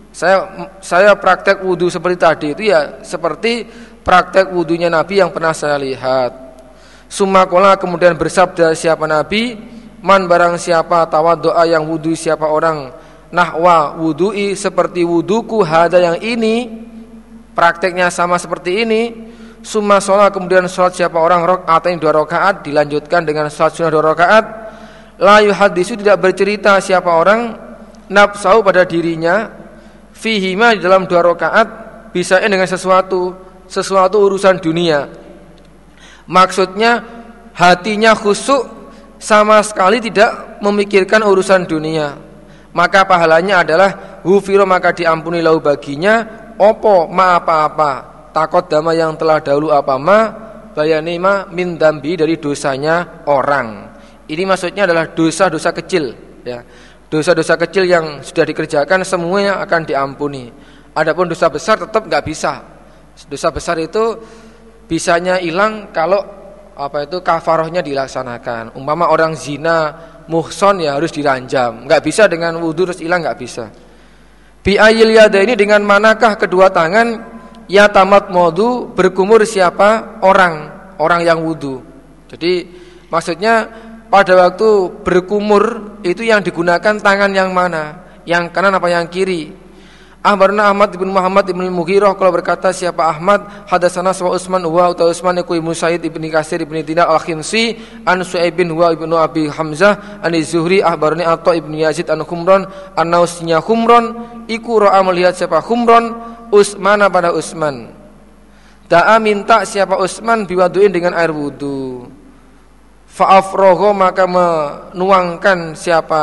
Saya praktek wudu seperti tadi itu ya seperti praktek wudunya Nabi yang pernah saya lihat. Summa qala kemudian bersabda siapa Nabi man barang siapa tawaddu'a yang wudu siapa orang nahwa wudu'i seperti wuduku hada yang ini prakteknya sama seperti ini. Summa sholat kemudian sholat siapa orang rakaatain 2 rakaat dilanjutkan dengan sholat sunnah 2 rakaat. La yuhaddisu tidak bercerita siapa orang nafsahu pada dirinya fihima di dalam 2 rakaat bisain dengan sesuatu urusan dunia. Maksudnya hatinya khusyuk sama sekali tidak memikirkan urusan dunia. Maka pahalanya adalah hufiro maka diampuni lahu baginya opo ma apa-apa takot dama yang telah dahulu apa ma bayanima min dambi dari dosanya orang. Ini maksudnya adalah dosa-dosa kecil ya. Dosa-dosa kecil yang sudah dikerjakan semuanya akan diampuni. Adapun dosa besar tetap enggak bisa. Dosa besar itu bisanya hilang kalau kafarohnya dilaksanakan. Umpama orang zina muhson ya harus diranjam. Enggak bisa dengan wudu terus hilang, enggak bisa. Bi ayil yada ini dengan manakah kedua tangan ya tamat modu berkumur siapa orang yang wudu. Jadi maksudnya pada waktu berkumur itu yang digunakan tangan yang mana? Yang kanan apa yang kiri? Ahbarna Ahmad bin Muhammad bin Mughirah kalau berkata siapa Ahmad hadatsana wa Utsman wa Utsman iku Ibnu Sa'id ibni Katsir ibni Dinar al-Khimsi an Su'aib bin wa ibnu Abi Hamzah an Zuhri ahbarni Atha ibni Yazid an Khumran annausnya Khumran iku ra'a melihat siapa Khumran Utsman pada Utsman. Da'a minta siapa Utsman biwaduin dengan air wudu. Fa'afrogo maka menuangkan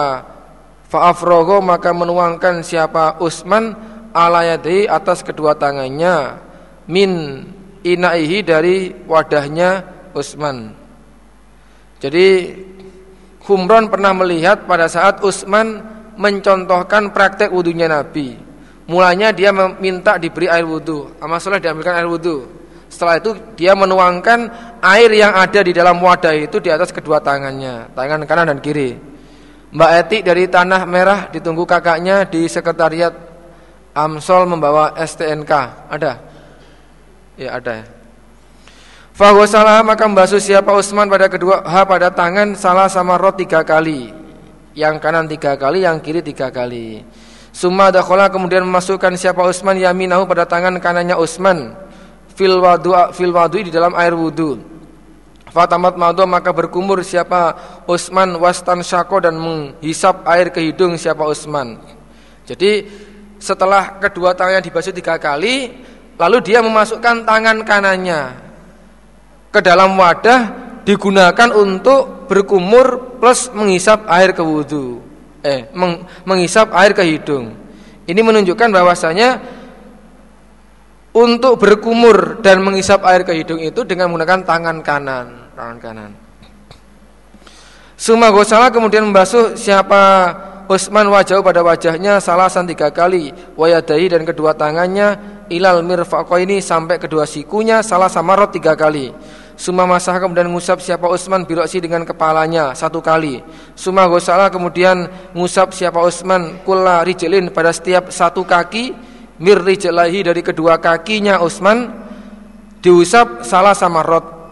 siapa Utsman ala yadai atas kedua tangannya min inaihi dari wadahnya Utsman. Jadi Khumran pernah melihat pada saat Utsman mencontohkan praktek wudunya Nabi. Mulanya dia meminta diberi air wudu, masalah diambilkan air wudu. Setelah itu dia menuangkan air yang ada di dalam wadah itu di atas kedua tangannya, tangan kanan dan kiri. Mbak Eti dari Tanah Merah ditunggu kakaknya di sekretariat Amsol membawa STNK. Ada? Ya ada ya. Faghasala maka membasuh siapa Utsman pada tangan salah sama rot 3 kali. Yang kanan 3 kali, yang kiri 3 kali. Summa dakhala kemudian memasukkan siapa Utsman yaminahu pada tangan kanannya Utsman fil wudu di dalam air wudu. Fatamat madu maka berkumur siapa Utsman wastan syako dan menghisap air ke hidung siapa Utsman. Jadi setelah kedua tangannya dibasuh 3 kali, lalu dia memasukkan tangan kanannya ke dalam wadah digunakan untuk berkumur plus menghisap air ke wudu. Menghisap air ke hidung. Ini menunjukkan bahwasanya untuk berkumur dan menghisap air ke hidung itu dengan menggunakan tangan kanan. Summa ghasala kemudian membasuh siapa Utsman wajah pada wajahnya salasan 3 kali, wayadahi dan kedua tangannya ilal mirfaqaini sampai kedua sikunya salah samarot 3 kali. Summa masah kemudian ngusap siapa Utsman biroksi dengan kepalanya 1 kali. Summa ghasala kemudian ngusap siapa Utsman kulla rijlin pada setiap 1 kaki mir rijlahi dari kedua kakinya Utsman diusap salah samarot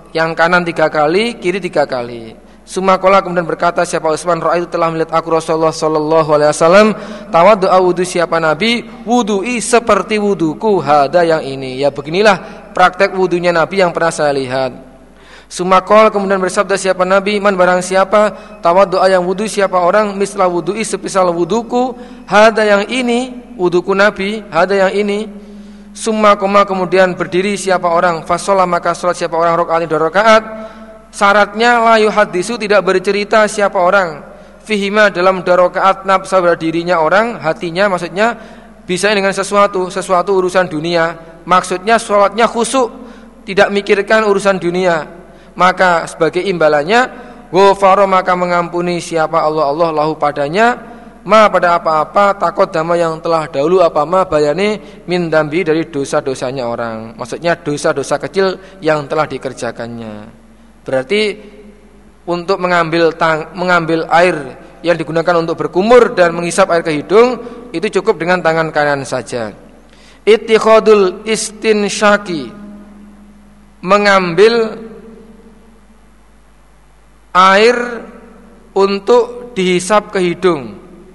yang kanan 3 kali, kiri 3 kali. Sumakola kemudian berkata siapa Utsman, Ra'aitu telah melihat aku Rasulullah sallallahu alaihi wasallam tawaddu'a wudu siapa Nabi, wudu'i seperti wuduku, hada yang ini. Ya beginilah praktek wudunya Nabi yang pernah saya lihat. Sumakol kemudian bersabda siapa Nabi, man barang siapa tawaddu'a yang wudu siapa orang misla wudu'i sepisal wuduku, hada yang ini, wuduku Nabi, hada yang ini. Summa koma kemudian berdiri siapa orang, fasolah maka sholat siapa orang rakaat 2 rakaat. Syaratnya la yuhaddisu tidak bercerita siapa orang fihima dalam 2 rakaat nafsa dirinya orang, hatinya maksudnya bisa dengan sesuatu urusan dunia. Maksudnya sholatnya khusyuk, tidak mikirkan urusan dunia. Maka sebagai imbalannya ghafara maka mengampuni siapa Allah lahu padanya ma pada apa-apa takut dama yang telah dahulu apa ma bayane min dambi dari dosa-dosanya orang. Maksudnya dosa-dosa kecil yang telah dikerjakannya. Berarti untuk mengambil air yang digunakan untuk berkumur dan menghisap air ke hidung itu cukup dengan tangan kanan saja. Ittikhadul istinsyaki, mengambil air untuk dihisap ke hidung.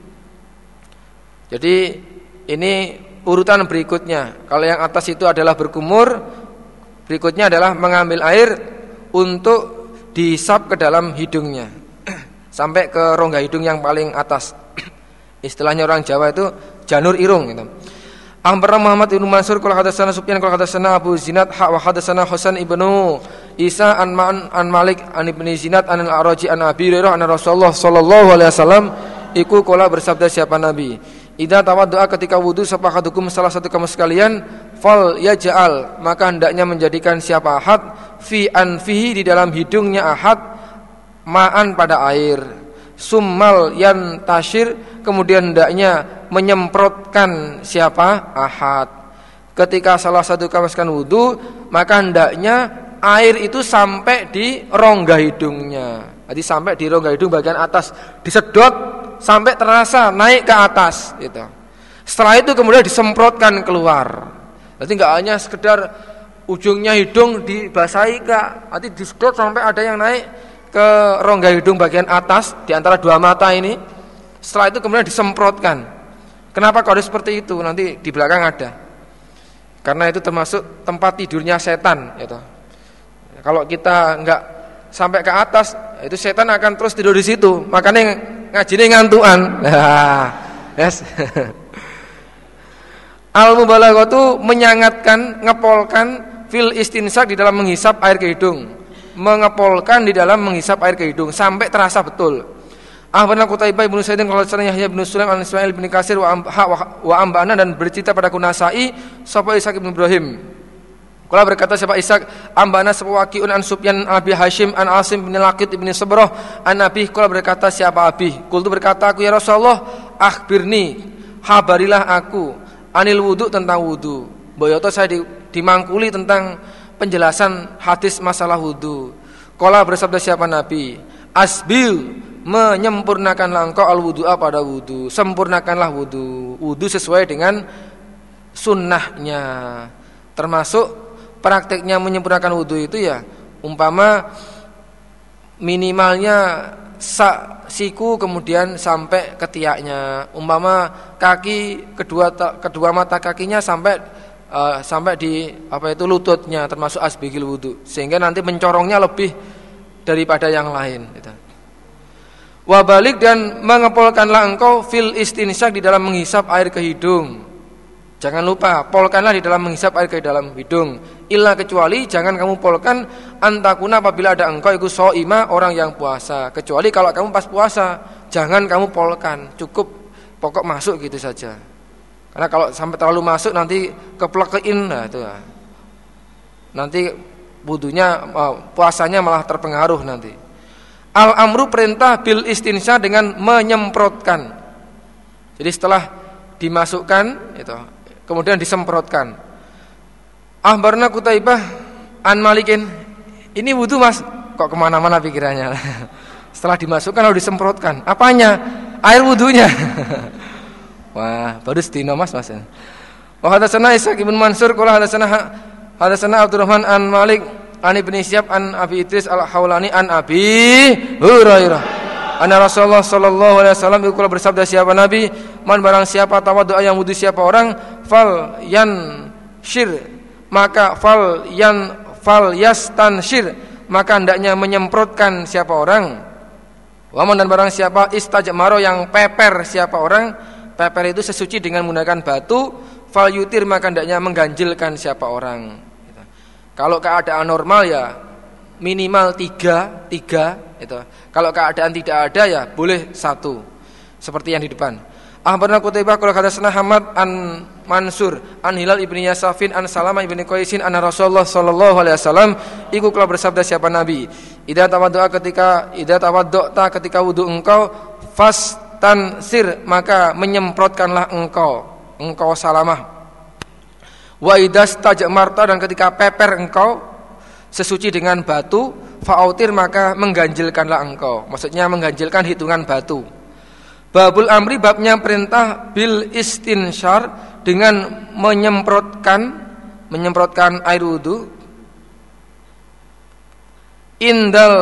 Jadi ini urutan berikutnya. Kalau yang atas itu adalah berkumur, berikutnya adalah mengambil air untuk dihisap ke dalam hidungnya sampai ke rongga hidung yang paling atas. Istilahnya orang Jawa itu janur irung gitu. Akhbarana Muhammad ibnu Mansur qala hadatsana Sufyan qala hadatsana Abu Zinad wa hadatsana Hasan ibnu Isa an Malik an ibni Zinad an al-Araji an Abi Hurairah anna Rasulullah sallallahu alaihi wasallam iku qala bersabda siapa Nabi, idza tawaddu'a ketika wudu sapa hadukum salah satu kamu sekalian fal yaj'al maka hendaknya menjadikan siapa ahad fi anfihi di dalam hidungnya ahad ma'an pada air, summal yantashir kemudian hendaknya menyemprotkan siapa ahad. Ketika salah satu kamaskan wudu maka hendaknya air itu sampai di rongga hidungnya. Jadi sampai di rongga hidung bagian atas, disedot sampai terasa naik ke atas gitu. Setelah itu kemudian disemprotkan keluar. Jadi enggak hanya sekedar ujungnya hidung dibasahi Kak, nanti disedot sampai ada yang naik ke rongga hidung bagian atas di antara 2 mata ini. Setelah itu kemudian disemprotkan. Kenapa kalau seperti itu? Nanti di belakang ada. Karena itu termasuk tempat tidurnya setan gitu. Kalau kita enggak sampai ke atas, itu setan akan terus tidur di situ. Makanya ngajine ngantuan. Yes. Al-mubalaghatu menyangatkan, ngepolkan fil istinsak di dalam menghisap air ke hidung. Mengepolkan di dalam menghisap air ke hidung sampai terasa betul. Akhbarana Qutaibah ibnu Sa'id qala sana Yahya bin Sulaim an Ismail bin Katsir wa ambana dan bercerita pada Kunasai sapa Ishaq bin Ibrahim. Kala berkata siapa Ishaq ambana sapa Waqi'un an Sufyan Abi Hashim an Asim bin Laqit bin Sabrah an Abi kala berkata siapa Abi qultu berkata aku ya Rasulullah akhbirni habarilah aku anil wudu tentang wudu. Boyoto saya dimangkuli tentang penjelasan hadis masalah wudu. Kala bersabda siapa Nabi asbil menyempurnakanlah engkau al-wudu'a pada wudu. Sempurnakanlah wudu. Wudu sesuai dengan sunnahnya. Termasuk prakteknya menyempurnakan wudu itu ya umpama minimalnya siku kemudian sampai ketiaknya. Umpama kaki kedua mata kakinya sampai di lututnya, termasuk asbigil wudu. Sehingga nanti mencorongnya lebih daripada yang lain gitu. Wabalik dan mengepolkanlah engkau fil istinsak di dalam menghisap air ke hidung. Jangan lupa polkanlah di dalam menghisap air ke dalam hidung. Illa kecuali jangan kamu polkan antakuna apabila ada engkau iku shaima orang yang puasa. Kecuali kalau kamu pas puasa, jangan kamu polkan. Cukup pokok masuk gitu saja. Karena kalau sampai terlalu masuk nanti keplekein itu. Nanti wudunya puasanya malah terpengaruh nanti. Al-amru perintah bil istinsa dengan menyemprotkan. Jadi setelah dimasukkan itu kemudian disemprotkan. Akhbarana Qutaibah an Malikin. Ini wudu Mas, kok kemana-mana pikirannya. Setelah dimasukkan lalu disemprotkan. Apanya? Air wudunya. Wah, baru sedino Mas. Wa hadatsana Ishaq bin Mansur qala hadatsana Abdurrahman an Malik an Ibnu Syihab an Abi Idris al-Haulani an Abi Hurairah anna Rasulullah sallallahu alaihi wasallam iku bersabda siapa Nabi, man barang siapa tawaddu yang wudu siapa orang, fal yanshir maka fal yastanshir maka hendaknya menyemprotkan siapa orang. Waman dan barang siapa istajmaro yang peper siapa orang, peper itu sesuci dengan menggunakan batu, fal yutir maka hendaknya mengganjilkan siapa orang. Kalau keadaan normal ya minimal 3 itu. Kalau keadaan tidak ada ya boleh 1. Seperti yang di depan. Akhbarana Qutaibah qala hadatsana Hamad an Mansur an Hilal ibni Yasafin an Salamah ibni Qaisin anna Rasulullah sallallahu alaihi wasallam iku kala bersabda siapa Nabi, idza tawaddu'a ketika wudu engkau fastansir maka menyemprotkanlah engkau Salamah. Wa idastajmarta dan ketika peper engkau sesuci dengan batu, fa'autir maka mengganjilkanlah engkau. Maksudnya mengganjilkan hitungan batu. Babul amri babnya perintah bil istinsyar dengan menyemprotkan air wudu indal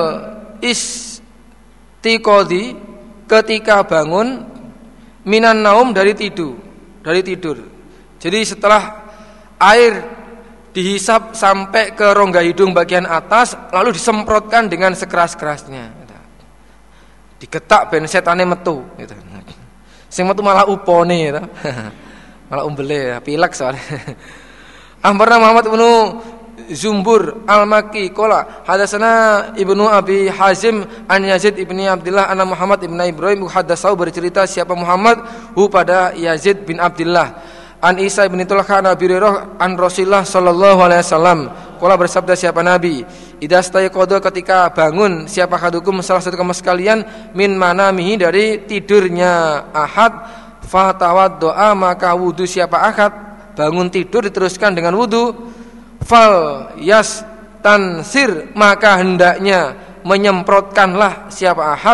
istiqodhi ketika bangun minan naum dari tidur. Jadi setelah air dihisap sampai ke rongga hidung bagian atas lalu disemprotkan dengan sekeras-kerasnya. Digetak ben setane metu gitu. Sing metu malah upone gitu. Malah umbele pilek soalnya. Akhbarana Muhammad ibnu Zumbur al-Makki qala hadatsana Ibnu Abi Hazim an Yazid ibni Abdullah anna Muhammad ibnu Ibrahim hadatsau bercerita siapa Muhammad pada Yazid bin Abdullah an Isa bin Tulkha an Abi Hurairah an Rasulullah sallallahu alaihi wasallam qala bersabda siapa Nabi, idza stayqadha ketika bangun siapa hadukum salah satu kamu sekalian min manamihi dari tidurnya ahad fatawaddoa maka wudu siapa ahad bangun tidur diteruskan dengan wudu fal yastansir maka hendaknya menyemprotkanlah siapa ahad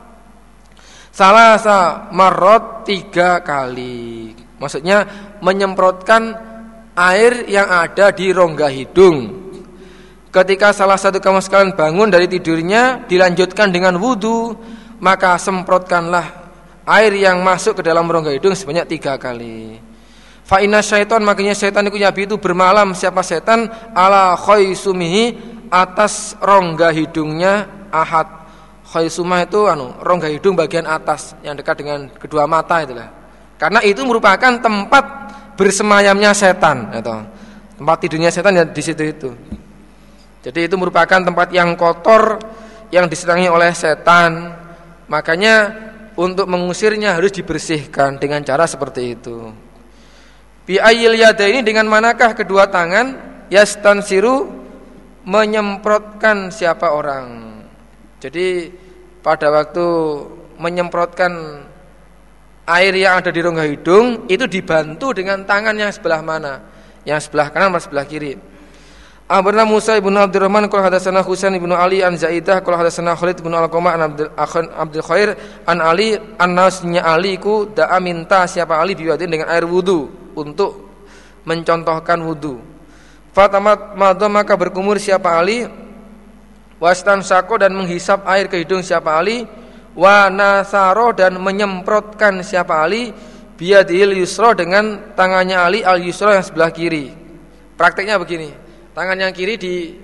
salasa marrat 3 kali. Maksudnya menyemprotkan air yang ada di rongga hidung. Ketika salah satu kamu sekalian bangun dari tidurnya dilanjutkan dengan wudu, maka semprotkanlah air yang masuk ke dalam rongga hidung sebanyak 3 kali. Fa inna syaitan makanya syaitan itu bermalam siapa setan ala khaisumihi atas rongga hidungnya ahad. Khaisumah itu rongga hidung bagian atas yang dekat dengan kedua mata itulah. Karena itu merupakan tempat bersemayamnya setan atau tempat tidurnya setan ya di situ itu. Jadi itu merupakan tempat yang kotor yang disenangi oleh setan. Makanya untuk mengusirnya harus dibersihkan dengan cara seperti itu. Bi ayil yadaini dengan manakah kedua tangan yastansiru menyemprotkan siapa orang. Jadi pada waktu menyemprotkan air yang ada di rongga hidung itu dibantu dengan tangan yang sebelah mana? Yang sebelah kanan atau sebelah kiri? Akhbarana Musa ibnu Abdurrahman qala hadatsana Husain ibnu Ali an Zaidah qala hadatsana Khalid ibnu Alqamah an Abdul Khair an Ali annasnya Ali ku da'a minta siapa Ali biwadin dengan air wudu untuk mencontohkan wudu. Fatamat madha maka berkumur siapa Ali wastan sako dan menghisap air ke hidung siapa Ali wa nasaro dan menyemprotkan siapa Ali biyadil yusra dengan tangannya Ali al yusra yang sebelah kiri. Prakteknya begini, tangan yang kiri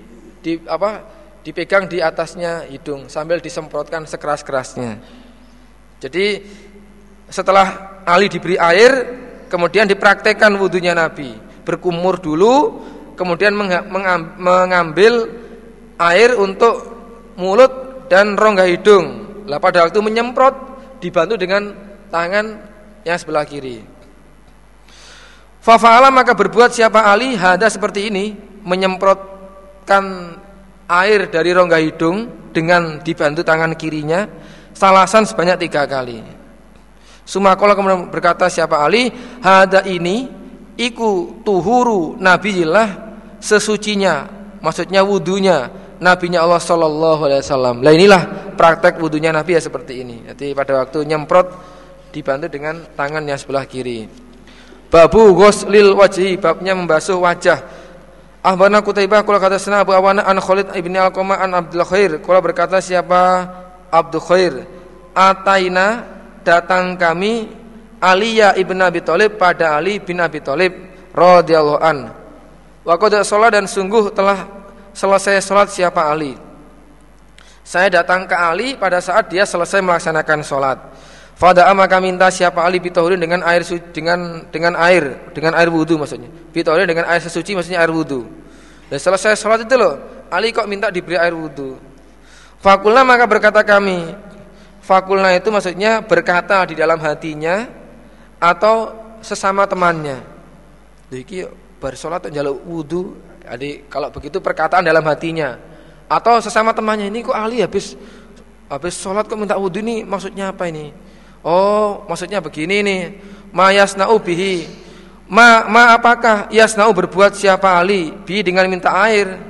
dipegang di atasnya hidung sambil disemprotkan sekeras-kerasnya. Jadi setelah Ali diberi air kemudian dipraktekkan wudunya Nabi, berkumur dulu kemudian mengambil air untuk mulut dan rongga hidung. Lah pada waktu menyemprot dibantu dengan tangan yang sebelah kiri. Fa fa'ala maka berbuat siapa Ali hada seperti ini menyemprotkan air dari rongga hidung dengan dibantu tangan kirinya salasan sebanyak 3 kali. Sumakola kemudian berkata siapa Ali hada ini iku tuhuru nabiyillah sesucinya maksudnya wudunya nabinya Allah sallallahu alaihi wasallam. Lah inilah praktek wudunya Nabi ya seperti ini. Jadi pada waktu nyemprot dibantu dengan tangan yang sebelah kiri. Babu ghuslil wajhi babnya membasuh wajah. Ahbarna Qutaibah qala hadatsana Abu Awana an Khalid ibn Alqamah an Abdul Khair qala berkata siapa Abdul Khair, ataina datang kami Aliya ibn Abi Thalib pada Ali bin Abi Thalib radhiyallahu an. Wa qad shalat dan sungguh telah selesai salat siapa Ali. Saya datang ke Ali pada saat dia selesai melaksanakan salat. Fada'a maka minta siapa Ali bitahurin dengan air dengan air wudu maksudnya. Bitahurin dengan air sesuci maksudnya air wudu. Dan selesai salat itu loh, Ali kok minta diberi air wudu. Fakulna maka berkata kami. Fakulna itu maksudnya berkata di dalam hatinya atau sesama temannya. Iki bar salat njaluk wudu. Jadi kalau begitu perkataan dalam hatinya atau sesama temannya, ini kok Ali habis salat kok minta wudu ini maksudnya apa ini? Oh, maksudnya begini nih. Ma yasna'u bihi. Ma apakah yasna'u berbuat siapa Ali bi dengan minta air?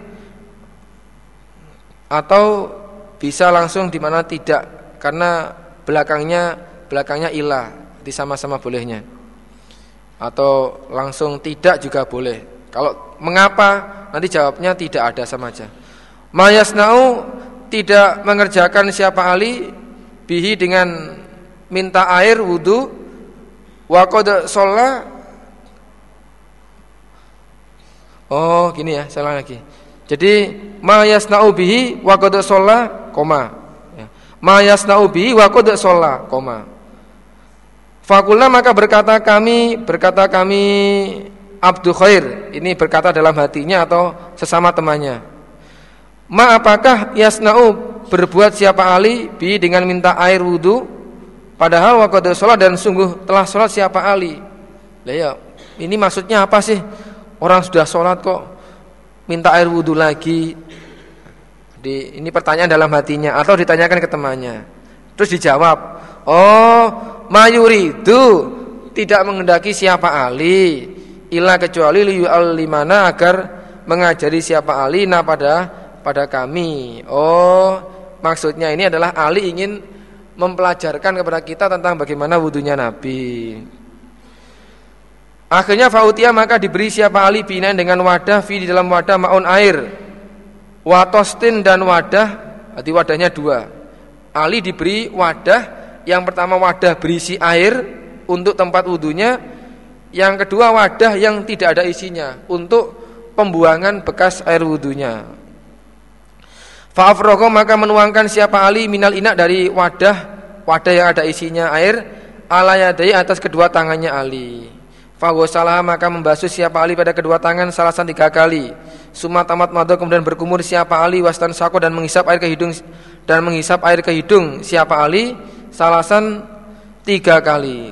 Atau bisa langsung di mana tidak karena belakangnya ilah, jadi sama-sama bolehnya. Atau langsung tidak juga boleh. Kalau mengapa nanti jawabnya tidak ada sama aja. Ma yasna'u tidak mengerjakan siapa Ali bihi dengan minta air wudu wa qad shalla. Oh, gini ya, salah lagi. Jadi ma yasna'u bihi wa qad shalla, koma. Ya. Ma yasna'u bihi wa qad shalla, koma. Fakulna maka berkata kami Abdul Khair, ini berkata dalam hatinya atau sesama temannya. Ma apakah yasna'u berbuat siapa Ali bi dengan minta air wudu? Padahal waqad sholat dan sungguh telah sholat siapa Ali. Lah ya, ini maksudnya apa sih? Orang sudah sholat kok minta air wudu lagi. Ini pertanyaan dalam hatinya atau ditanyakan ke temannya. Terus dijawab, oh mayuridu tidak menghendaki siapa Ali illa kecuali liyu'allimana agar mengajari siapa Ali pada kami. Oh, maksudnya ini adalah Ali ingin mempelajarkan kepada kita tentang bagaimana wudunya Nabi. Akhirnya fautia maka diberi siapa Ali binain dengan wadah fi di dalam wadah maun air, watostin dan wadah, berarti wadahnya dua. Ali diberi wadah, yang pertama wadah berisi air untuk tempat wudunya, yang kedua wadah yang tidak ada isinya untuk pembuangan bekas air wudunya. Fa'afrogo maka menuangkan siapa Ali minal inak dari wadah yang ada isinya air ala yadai atas kedua tangannya Ali. Fa'wasalah maka membasuh siapa Ali pada kedua tangan salasan 3 kali. Summa tamat madu kemudian berkumur siapa Ali wastan sako dan menghisap air ke hidung siapa Ali salasan 3 kali.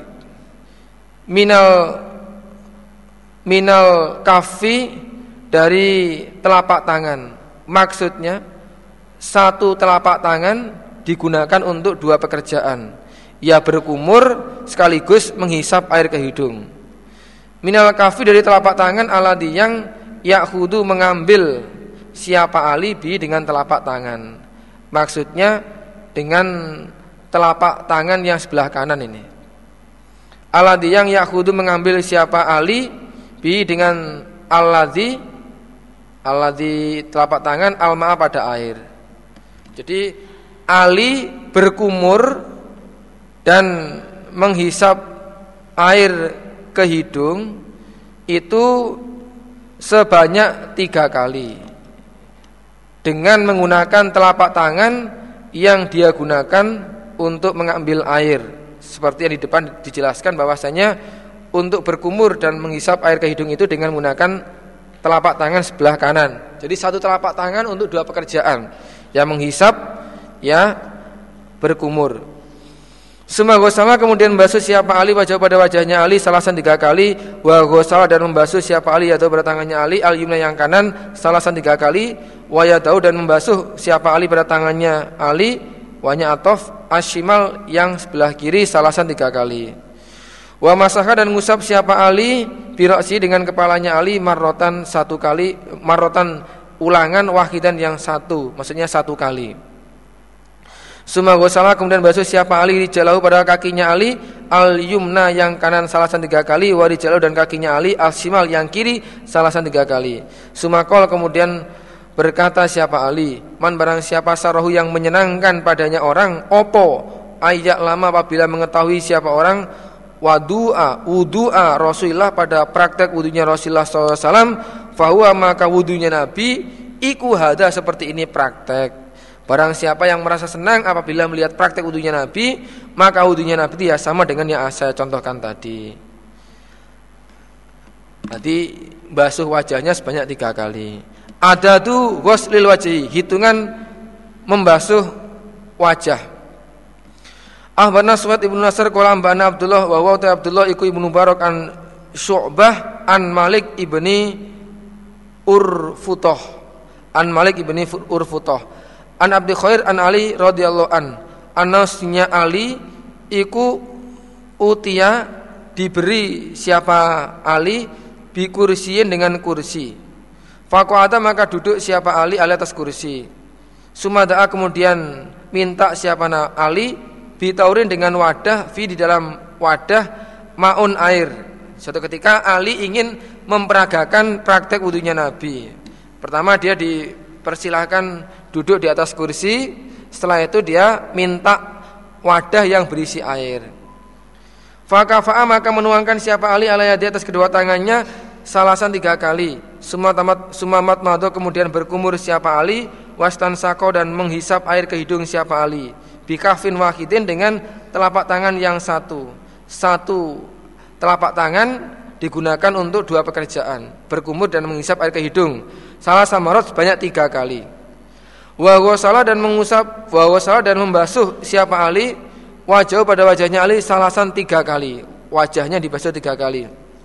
Minal kafi dari telapak tangan. Maksudnya satu telapak tangan digunakan untuk 2 pekerjaan. Ya berkumur sekaligus menghisap air ke hidung. Minal kafi dari telapak tangan alladhi yang ya'khudu mengambil siapa Ali bi dengan telapak tangan. Maksudnya dengan telapak tangan yang sebelah kanan ini. Alladhi yang ya'khudu mengambil siapa Ali bi dengan alladhi telapak tangan al-ma'a pada air. Jadi Ali berkumur dan menghisap air ke hidung itu sebanyak 3 kali dengan menggunakan telapak tangan yang dia gunakan untuk mengambil air. Seperti yang di depan dijelaskan bahwasanya untuk berkumur dan menghisap air ke hidung itu dengan menggunakan telapak tangan sebelah kanan. Jadi satu telapak tangan untuk 2 pekerjaan. Yang menghisap, ya berkumur. Suma ghosala kemudian membasuh siapa Ali wajah pada wajahnya Ali salasan 3 kali. Wa ghosala dan membasuh siapa Ali atau pada tangannya Ali al yumna yang kanan salasan 3 kali. Wa yadau dan membasuh siapa Ali pada tangannya Ali wanya atof ashimal yang sebelah kiri salasan 3 kali. Wa masaha dan ngusap siapa Ali biroksi dengan kepalanya Ali marrotan 1 kali, marrotan ulangan wahidan yang 1, maksudnya 1 kali. Summa ghasala kemudian basuh siapa Ali rijalahu pada kakinya Ali al-yumna yang kanan salasan 3 kali, wa rijalahu dan kakinya Ali al-shimal yang kiri salasan 3 kali. Summa qala kemudian berkata siapa Ali, man barang siapa sarahu yang menyenangkan padanya orang, opo ayat lama apabila mengetahui siapa orang wudu'a Rasulullah pada praktek wudunya Rasulullah SAW, fahuwa maka wudunya Nabi iku hada seperti ini praktek. Barang siapa yang merasa senang apabila melihat praktek wudunya Nabi, maka wudunya Nabi dia sama dengan yang saya contohkan tadi. Nanti basuh wajahnya sebanyak 3 kali. Ada tuh ghuslil wajhi, hitungan membasuh wajah. Ahbarna Suwaid ibnu Nasr qala ambana Abdullah wa huwa Abdullah iku ibnu Mubarak an Syu'bah an Malik ibni Urfutah an Malik ibni Urfutah an Abdi Khair an Ali radhiyallahu an anasnya Ali iku utia diberi siapa Ali bi kursiin dengan kursi. Faqa'ata maka duduk siapa Ali atas kursi. Sumada'a kemudian minta siapa Ali bitaurin dengan wadah fi di dalam wadah maun air. Suatu ketika Ali ingin memperagakan praktek wudunya Nabi. Pertama dia dipersilahkan duduk di atas kursi, setelah itu dia minta wadah yang berisi air. Fakafa'a maka menuangkan siapa Ali alaihi di atas kedua tangannya salasan 3 kali. Sumamat mado kemudian berkumur siapa Ali wastan sako dan menghisap air ke hidung siapa Ali. Bikafin wahidin dengan telapak tangan yang satu. Satu telapak tangan digunakan untuk 2 pekerjaan, berkumur dan menghisap air ke hidung. Salah samarot sebanyak 3 kali. Wa ghasala dan mengusap, wa ghasala dan membasuh siapa Ali wajah pada wajahnya Ali salasan 3 kali. Wajahnya dibasuh 3 kali.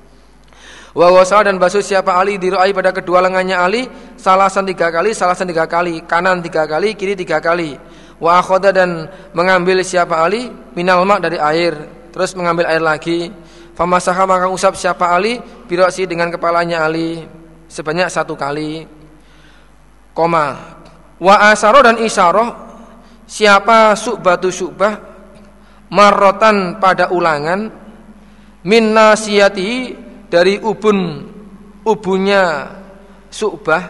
Wa ghasala dan basuh siapa Ali dirai pada kedua lengannya Ali salasan 3 kali, salasan 3 kali, kanan 3 kali, kiri 3 kali. Wa akhadha dan mengambil siapa Ali minal ma dari air, terus mengambil air lagi. Famasaha maka usap siapa Ali birasi dengan kepalanya Ali sebanyak 1 kali. Koma. Wa asaro dan isyarah siapa su'batu syu'bah marrotan pada ulangan min nasiyati dari ubunnya syu'bah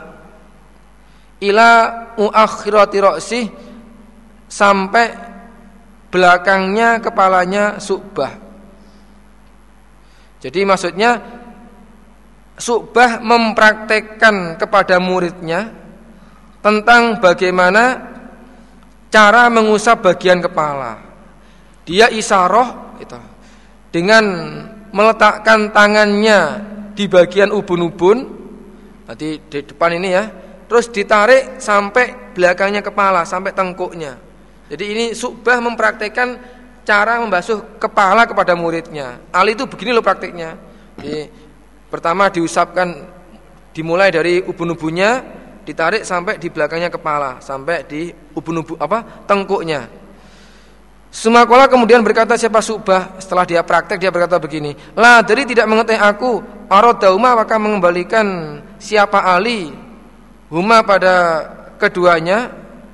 ila muakhirati ra'sih sampai belakangnya kepalanya syu'bah. Jadi maksudnya syu'bah mempraktekkan kepada muridnya tentang bagaimana cara mengusap bagian kepala. Dia isyarah gitu, dengan meletakkan tangannya di bagian ubun-ubun, nanti di depan ini ya, terus ditarik sampai belakangnya kepala, sampai tengkuknya. Jadi ini syu'bah mempraktekkan cara membasuh kepala kepada muridnya. Ali itu begini loh prakteknya. Jadi, pertama diusapkan, dimulai dari ubun-ubunnya, ditarik sampai di belakangnya kepala, sampai di ubun-ubun tengkuknya. Sumakola kemudian berkata siapa Syu'bah setelah dia praktek, dia berkata begini, la dari tidak mengetahui aku arodauma maka mengembalikan siapa Ali huma pada keduanya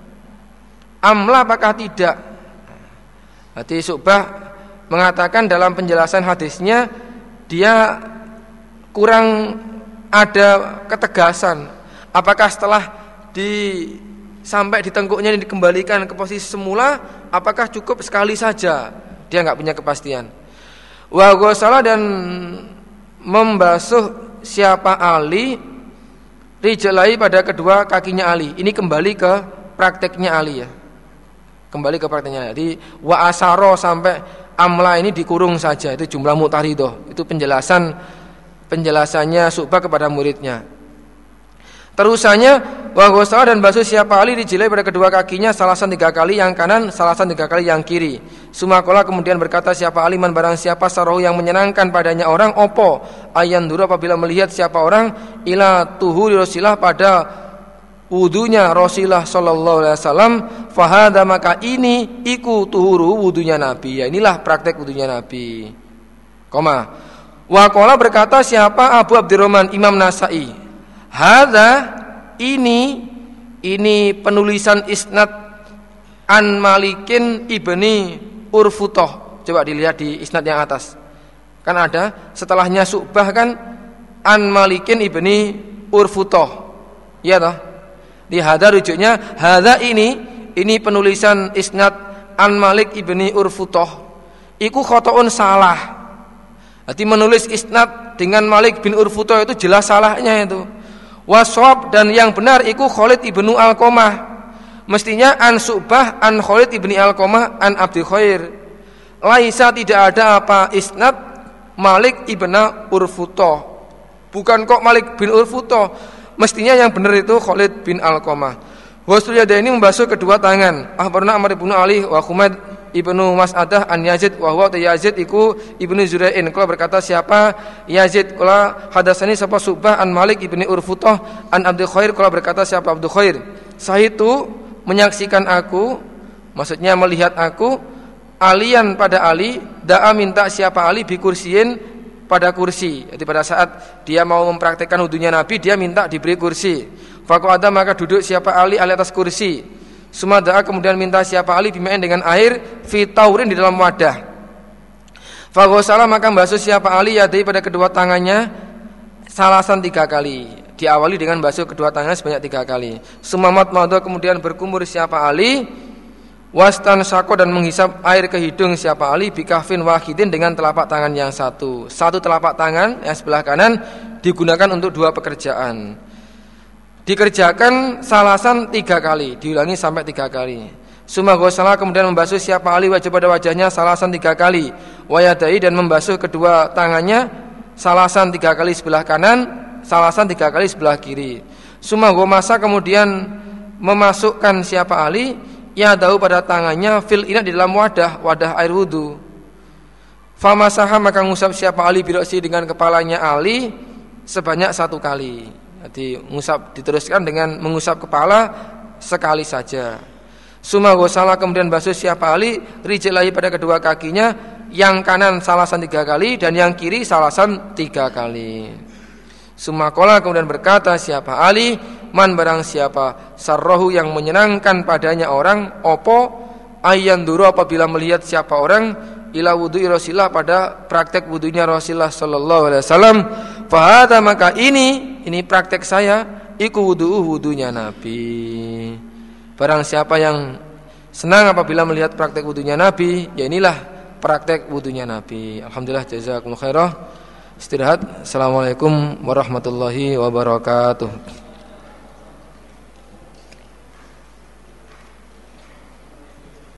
amla apakah tidak. Berarti Syu'bah mengatakan dalam penjelasan hadisnya dia kurang ada ketegasan. Apakah setelah sampai di tengkuknya dikembalikan ke posisi semula, apakah cukup sekali saja? Dia enggak punya kepastian. Wa ghasala dan membasuh siapa Ali rijlai pada kedua kakinya Ali. Ini kembali ke prakteknya Ali ya. Kembali ke prakteknya. Jadi wa asaro sampai amla ini dikurung saja, itu jumlah mutaridah. Itu penjelasannya Syu'bah kepada muridnya. Terusannya wa ghasala dan basuh siapa Ali rijlai pada kedua kakinya salasan 3 kali yang kanan, salasan 3 kali yang kiri. Sumakola kemudian berkata siapa Ali man barang siapa sarahu yang menyenangkan padanya orang opo ayan duru apabila melihat siapa orang ila tuhuri Rasulullah pada wudunya Rasulullah sallallahu alaihi wasallam fahada maka ini iku tuhuru wudunya Nabi. Ya inilah praktek wudunya Nabi. Koma. Wa qala berkata siapa Abu Abdurrahman Imam Nasa'i Hadza ini penulisan isnad an Malikin ibni Urfutoh. Coba dilihat di isnad yang atas. Kan ada setelahnya Syu'bah kan an Malikin ibni Urfutoh. Iya toh? Di hadza rujuknya hadza ini penulisan isnad an Malik ibni Urfutoh. Iku khotoun salah. Berarti menulis isnad dengan Malik bin Urfutoh itu jelas salahnya itu. Waswab dan yang benar iku Khalid ibnu Alqamah. Mestinya an Syu'bah an Khalid ibni Alqamah an Abdi Khair. Laisa tidak ada apa isnad Malik ibnu Urfutoh. Bukan kok Malik bin Urfutoh. Mestinya yang benar itu Khalid bin Alqamah. Wasul yadaini membasuh kedua tangan. Akhbarna Amr ibnu Ali wa Humaid ibnu Mas'adah an Yazid wa huwa Yazid iku ibnu Zura'in. Kalau berkata siapa Yazid, kalau hadasani siapa Syu'bah an Malik ibni Urfutoh an Abdi Khair, kalau berkata siapa Abdi Khair. Sahitu menyaksikan aku, maksudnya melihat aku, alian pada Ali, da'a minta siapa Ali bi kursiin pada kursi. Jadi pada saat dia mau mempraktikkan wudunya Nabi, dia minta diberi kursi. Faqa'ada maka duduk siapa Ali atas kursi. Sumada'a kemudian minta siapa Ali bimain dengan air fi taurin di dalam wadah. Faghosala maka membasuh siapa Ali yadai pada kedua tangannya salasan 3 kali. Diawali dengan basuh kedua tangan sebanyak 3 kali. Sumamat madha kemudian berkumur siapa Ali, wastan sako dan menghisap air ke hidung siapa Ali bikafin wahidin dengan telapak tangan yang satu. Satu telapak tangan yang sebelah kanan digunakan untuk 2 pekerjaan. Dikerjakan salasan 3 kali, diulangi sampai 3 kali. Sumaghosala kemudian membasuh siapa Ali wajah pada wajahnya salasan 3 kali. Wayadai dan membasuh kedua tangannya salasan 3 kali sebelah kanan, salasan 3 kali sebelah kiri. Sumaghomasa kemudian memasukkan siapa Ali yadahu pada tangannya fil ina di dalam wadah air wudu. Famasaha maka ngusap siapa Ali biroksi dengan kepalanya Ali sebanyak 1 kali. Jadi ngusap diteruskan dengan mengusap kepala sekali saja. Sumaghosala kemudian basuh siapa Ali rijlaihi pada kedua kakinya, yang kanan salasan 3 kali dan yang kiri salasan 3 kali. Sumakola kemudian berkata siapa Ali, man barang siapa sarrohu yang menyenangkan padanya orang, opo ayyanduru apabila melihat siapa orang ila wudu'i Rasulullah pada praktek wudunya Rasulullah sallallahu alaihi wasallam, fahada maka ini praktek saya iku wudunya Nabi. Barang siapa yang senang apabila melihat praktek wudunya Nabi, ya inilah praktek wudunya Nabi. Alhamdulillah, jazakumullah khairah. Istirahat. Assalamualaikum warahmatullahi wabarakatuh.